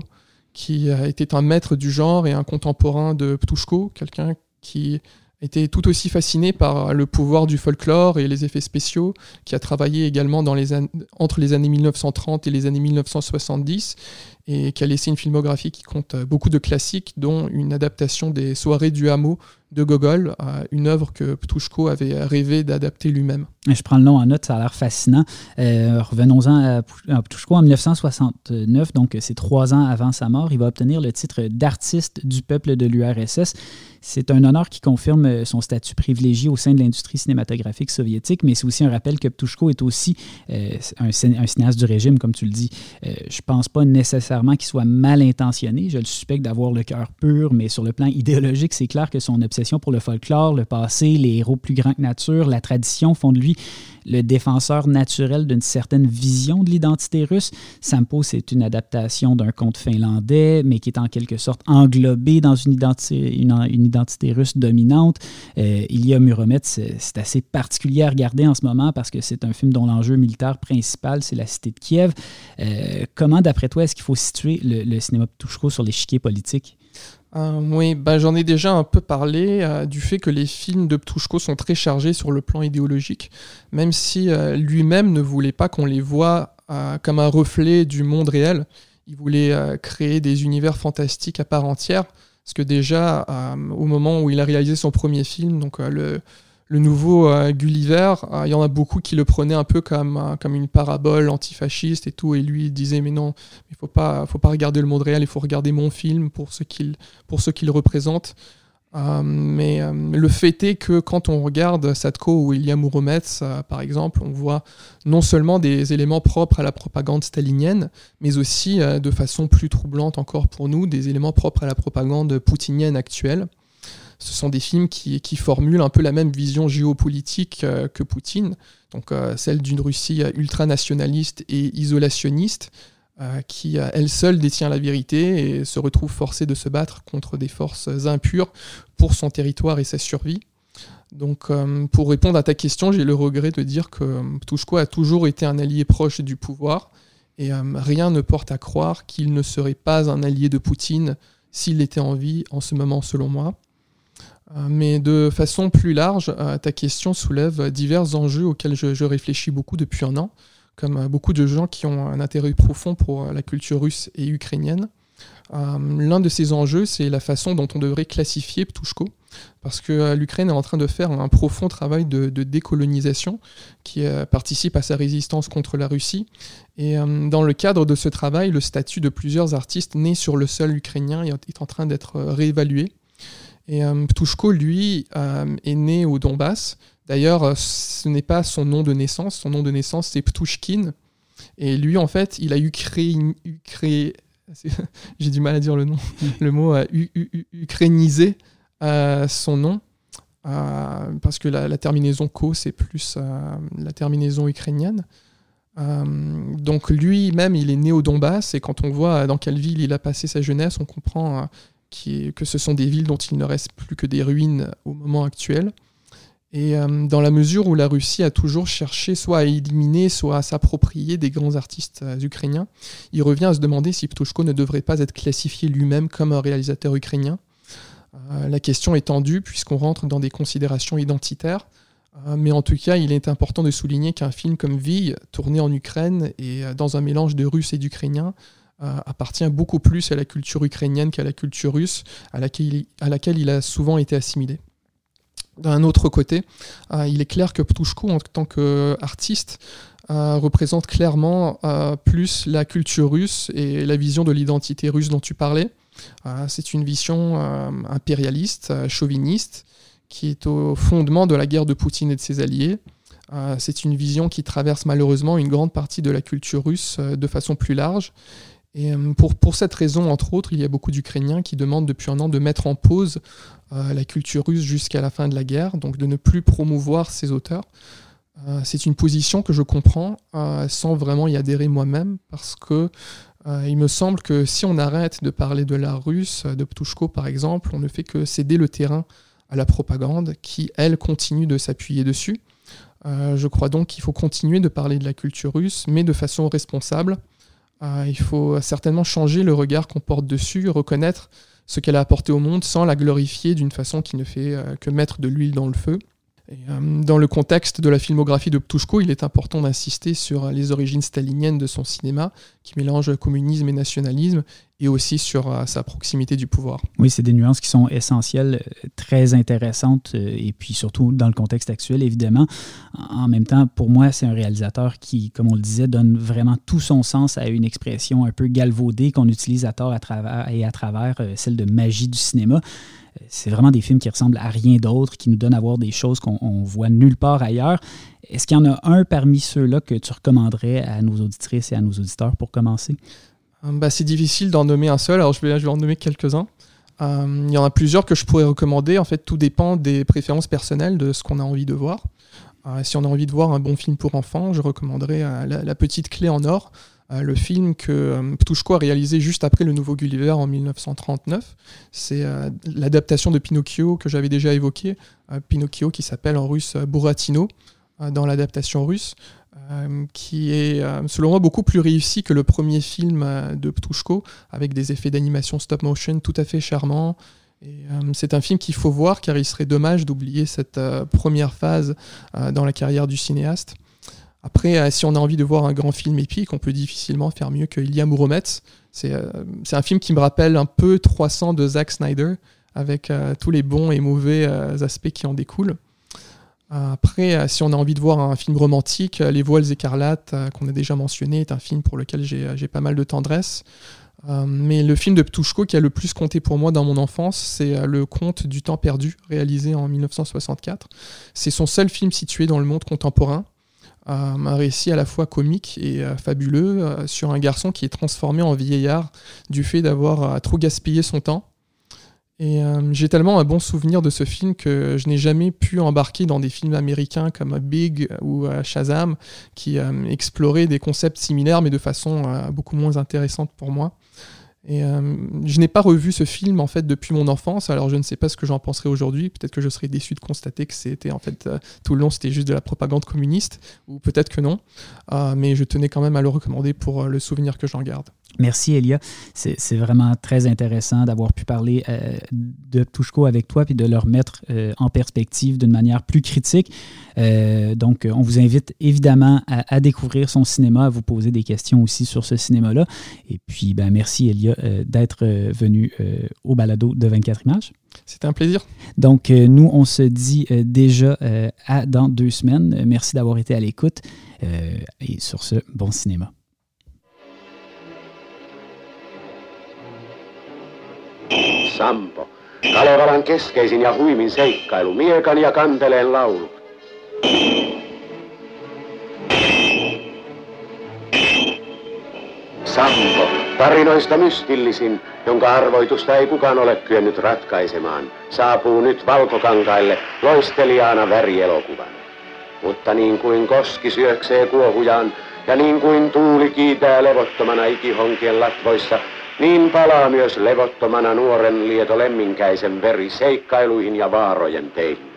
qui était un maître du genre et un contemporain de Ptushko, quelqu'un qui était tout aussi fasciné par le pouvoir du folklore et les effets spéciaux, qui a travaillé également entre les années 1930 et les années 1970, et qui a laissé une filmographie qui compte beaucoup de classiques, dont une adaptation des Soirées du hameau de Gogol, une œuvre que Ptushko avait rêvé d'adapter lui-même. Je prends le nom en note, ça a l'air fascinant. Revenons-en à Ptushko. En 1969, donc c'est 3 ans avant sa mort, il va obtenir le titre d'artiste du peuple de l'URSS. C'est un honneur qui confirme son statut privilégié au sein de l'industrie cinématographique soviétique, mais c'est aussi un rappel que Ptushko est aussi un cinéaste du régime, comme tu le dis. Je ne pense pas nécessairement qu'il soit mal intentionné. Je le suspecte d'avoir le cœur pur, mais sur le plan idéologique, c'est clair que son obsession pour le folklore, le passé, les héros plus grands que nature, la tradition font de lui le défenseur naturel d'une certaine vision de l'identité russe. Sampo, c'est une adaptation d'un conte finlandais, mais qui est en quelque sorte englobé dans une identité russe dominante. Ilya Muromets, c'est assez particulier à regarder en ce moment parce que c'est un film dont l'enjeu militaire principal, c'est la cité de Kiev. Comment, d'après toi, est-ce qu'il faut situer le cinéma Ptushko sur l'échiquier politique? Oui, j'en ai déjà un peu parlé du fait que les films de Ptushko sont très chargés sur le plan idéologique, même si lui-même ne voulait pas qu'on les voie comme un reflet du monde réel. Il voulait créer des univers fantastiques à part entière, parce que déjà, au moment où il a réalisé son premier film, donc le nouveau Gulliver, il y en a beaucoup qui le prenaient un peu comme une parabole antifasciste et tout, et lui il disait mais non, il faut pas regarder le monde réel, il faut regarder mon film pour ce qu'il représente. Mais le fait est que quand on regarde Sadko ou Ilya Muromets, par exemple, on voit non seulement des éléments propres à la propagande stalinienne, mais aussi, de façon plus troublante encore pour nous, des éléments propres à la propagande poutinienne actuelle. Ce sont des films qui formulent un peu la même vision géopolitique que Poutine, donc celle d'une Russie ultranationaliste et isolationniste, qui elle seule détient la vérité et se retrouve forcée de se battre contre des forces impures pour son territoire et sa survie. Donc pour répondre à ta question, j'ai le regret de dire que Ptushko a toujours été un allié proche du pouvoir, et rien ne porte à croire qu'il ne serait pas un allié de Poutine s'il était en vie en ce moment, selon moi. Mais de façon plus large, ta question soulève divers enjeux auxquels je réfléchis beaucoup depuis un an, comme beaucoup de gens qui ont un intérêt profond pour la culture russe et ukrainienne. L'un de ces enjeux, c'est la façon dont on devrait classifier Ptushko, parce que l'Ukraine est en train de faire un profond travail de décolonisation qui participe à sa résistance contre la Russie. Et dans le cadre de ce travail, le statut de plusieurs artistes nés sur le sol ukrainien est en train d'être réévalué. Et Ptushko, lui, est né au Donbass. D'ailleurs, ce n'est pas son nom de naissance. Son nom de naissance, c'est Ptushkin. Et lui, en fait, il a j'ai du mal à dire le nom. Le mot ukrainisé son nom. Parce que la terminaison ko, c'est plus la terminaison ukrainienne. Donc lui-même, il est né au Donbass. Et quand on voit dans quelle ville il a passé sa jeunesse, on comprend que ce sont des villes dont il ne reste plus que des ruines au moment actuel. Et dans la mesure où la Russie a toujours cherché soit à éliminer, soit à s'approprier des grands artistes ukrainiens, il revient à se demander si Ptushko ne devrait pas être classifié lui-même comme un réalisateur ukrainien. La question est tendue puisqu'on rentre dans des considérations identitaires, mais en tout cas, il est important de souligner qu'un film comme Vie, tourné en Ukraine et dans un mélange de russe et d'ukrainien, appartient beaucoup plus à la culture ukrainienne qu'à la culture russe, à laquelle il a souvent été assimilé. D'un autre côté, il est clair que Ptushko, en tant qu'artiste, représente clairement plus la culture russe et la vision de l'identité russe dont tu parlais. C'est une vision impérialiste, chauviniste, qui est au fondement de la guerre de Poutine et de ses alliés. C'est une vision qui traverse malheureusement une grande partie de la culture russe de façon plus large. Et pour cette raison, entre autres, il y a beaucoup d'Ukrainiens qui demandent depuis un an de mettre en pause la culture russe jusqu'à la fin de la guerre, donc de ne plus promouvoir ces auteurs. C'est une position que je comprends sans vraiment y adhérer moi-même, parce que il me semble que si on arrête de parler de l'art russe, de Ptushko par exemple, on ne fait que céder le terrain à la propagande qui, elle, continue de s'appuyer dessus. Je crois donc qu'il faut continuer de parler de la culture russe, mais de façon responsable, Il faut certainement changer le regard qu'on porte dessus, reconnaître ce qu'elle a apporté au monde sans la glorifier d'une façon qui ne fait que mettre de l'huile dans le feu. Et, dans le contexte de la filmographie de Ptuchko, il est important d'insister sur les origines staliniennes de son cinéma, qui mélange communisme et nationalisme, et aussi sur sa proximité du pouvoir. Oui, c'est des nuances qui sont essentielles, très intéressantes, et puis surtout dans le contexte actuel, évidemment. En même temps, pour moi, c'est un réalisateur qui, comme on le disait, donne vraiment tout son sens à une expression un peu galvaudée qu'on utilise à tort à travers celle de magie du cinéma. C'est vraiment des films qui ressemblent à rien d'autre, qui nous donnent à voir des choses qu'on voit nulle part ailleurs. Est-ce qu'il y en a un parmi ceux-là que tu recommanderais à nos auditrices et à nos auditeurs pour commencer? C'est difficile d'en nommer un seul, alors je vais en nommer quelques-uns. Il y en a plusieurs que je pourrais recommander. En fait, tout dépend des préférences personnelles, de ce qu'on a envie de voir. Si on a envie de voir un bon film pour enfants, je recommanderais La Petite Clé en or, le film que Ptuchko a réalisé juste après Le Nouveau Gulliver en 1939. C'est l'adaptation de Pinocchio que j'avais déjà évoqué, Pinocchio qui s'appelle en russe Buratino dans l'adaptation russe, qui est selon moi beaucoup plus réussi que le premier film de Ptuchko, avec des effets d'animation stop motion tout à fait charmants. Et, c'est un film qu'il faut voir car il serait dommage d'oublier cette première phase dans la carrière du cinéaste. Après, si on a envie de voir un grand film épique, on peut difficilement faire mieux que Ilya Muromets. C'est un film qui me rappelle un peu 300 de Zack Snyder, avec tous les bons et mauvais aspects qui en découlent. Après, si on a envie de voir un film romantique, Les Voiles écarlates, qu'on a déjà mentionné, est un film pour lequel j'ai pas mal de tendresse. Mais le film de Ptuchko qui a le plus compté pour moi dans mon enfance, c'est Le Conte du temps perdu, réalisé en 1964. C'est son seul film situé dans le monde contemporain. Un récit à la fois comique et fabuleux sur un garçon qui est transformé en vieillard du fait d'avoir trop gaspillé son temps. Et j'ai tellement un bon souvenir de ce film que je n'ai jamais pu embarquer dans des films américains comme Big ou Shazam qui exploraient des concepts similaires mais de façon beaucoup moins intéressante pour moi. Et je n'ai pas revu ce film en fait depuis mon enfance, alors je ne sais pas ce que j'en penserai aujourd'hui. Peut-être que je serais déçu de constater que c'était en fait tout le long c'était juste de la propagande communiste, ou peut-être que non. Mais je tenais quand même à le recommander pour le souvenir que j'en garde. Merci Elia, c'est vraiment très intéressant d'avoir pu parler de Ptuchko avec toi puis de le remettre en perspective d'une manière plus critique. Donc on vous invite évidemment à découvrir son cinéma, à vous poser des questions aussi sur ce cinéma-là. Et puis merci Elia d'être venu au balado de 24 images. C'était un plaisir. Donc nous on se dit déjà dans 2 semaines. Merci d'avoir été à l'écoute et sur ce, bon cinéma. Sampo, Kalevalan keskeisin ja huimin seikkailu, miekan ja kanteleen laulu. Sampo, tarinoista mystillisin, jonka arvoitusta ei kukaan ole kyennyt ratkaisemaan, saapuu nyt valkokankaille loistelijaana värielokuvan. Mutta niin kuin koski syöksee kuohujaan ja niin kuin tuuli kiitää levottomana ikihonkien latvoissa, niin palaa myös levottomana nuoren Lieto Lemminkäisen veri seikkailuihin ja vaarojen teille.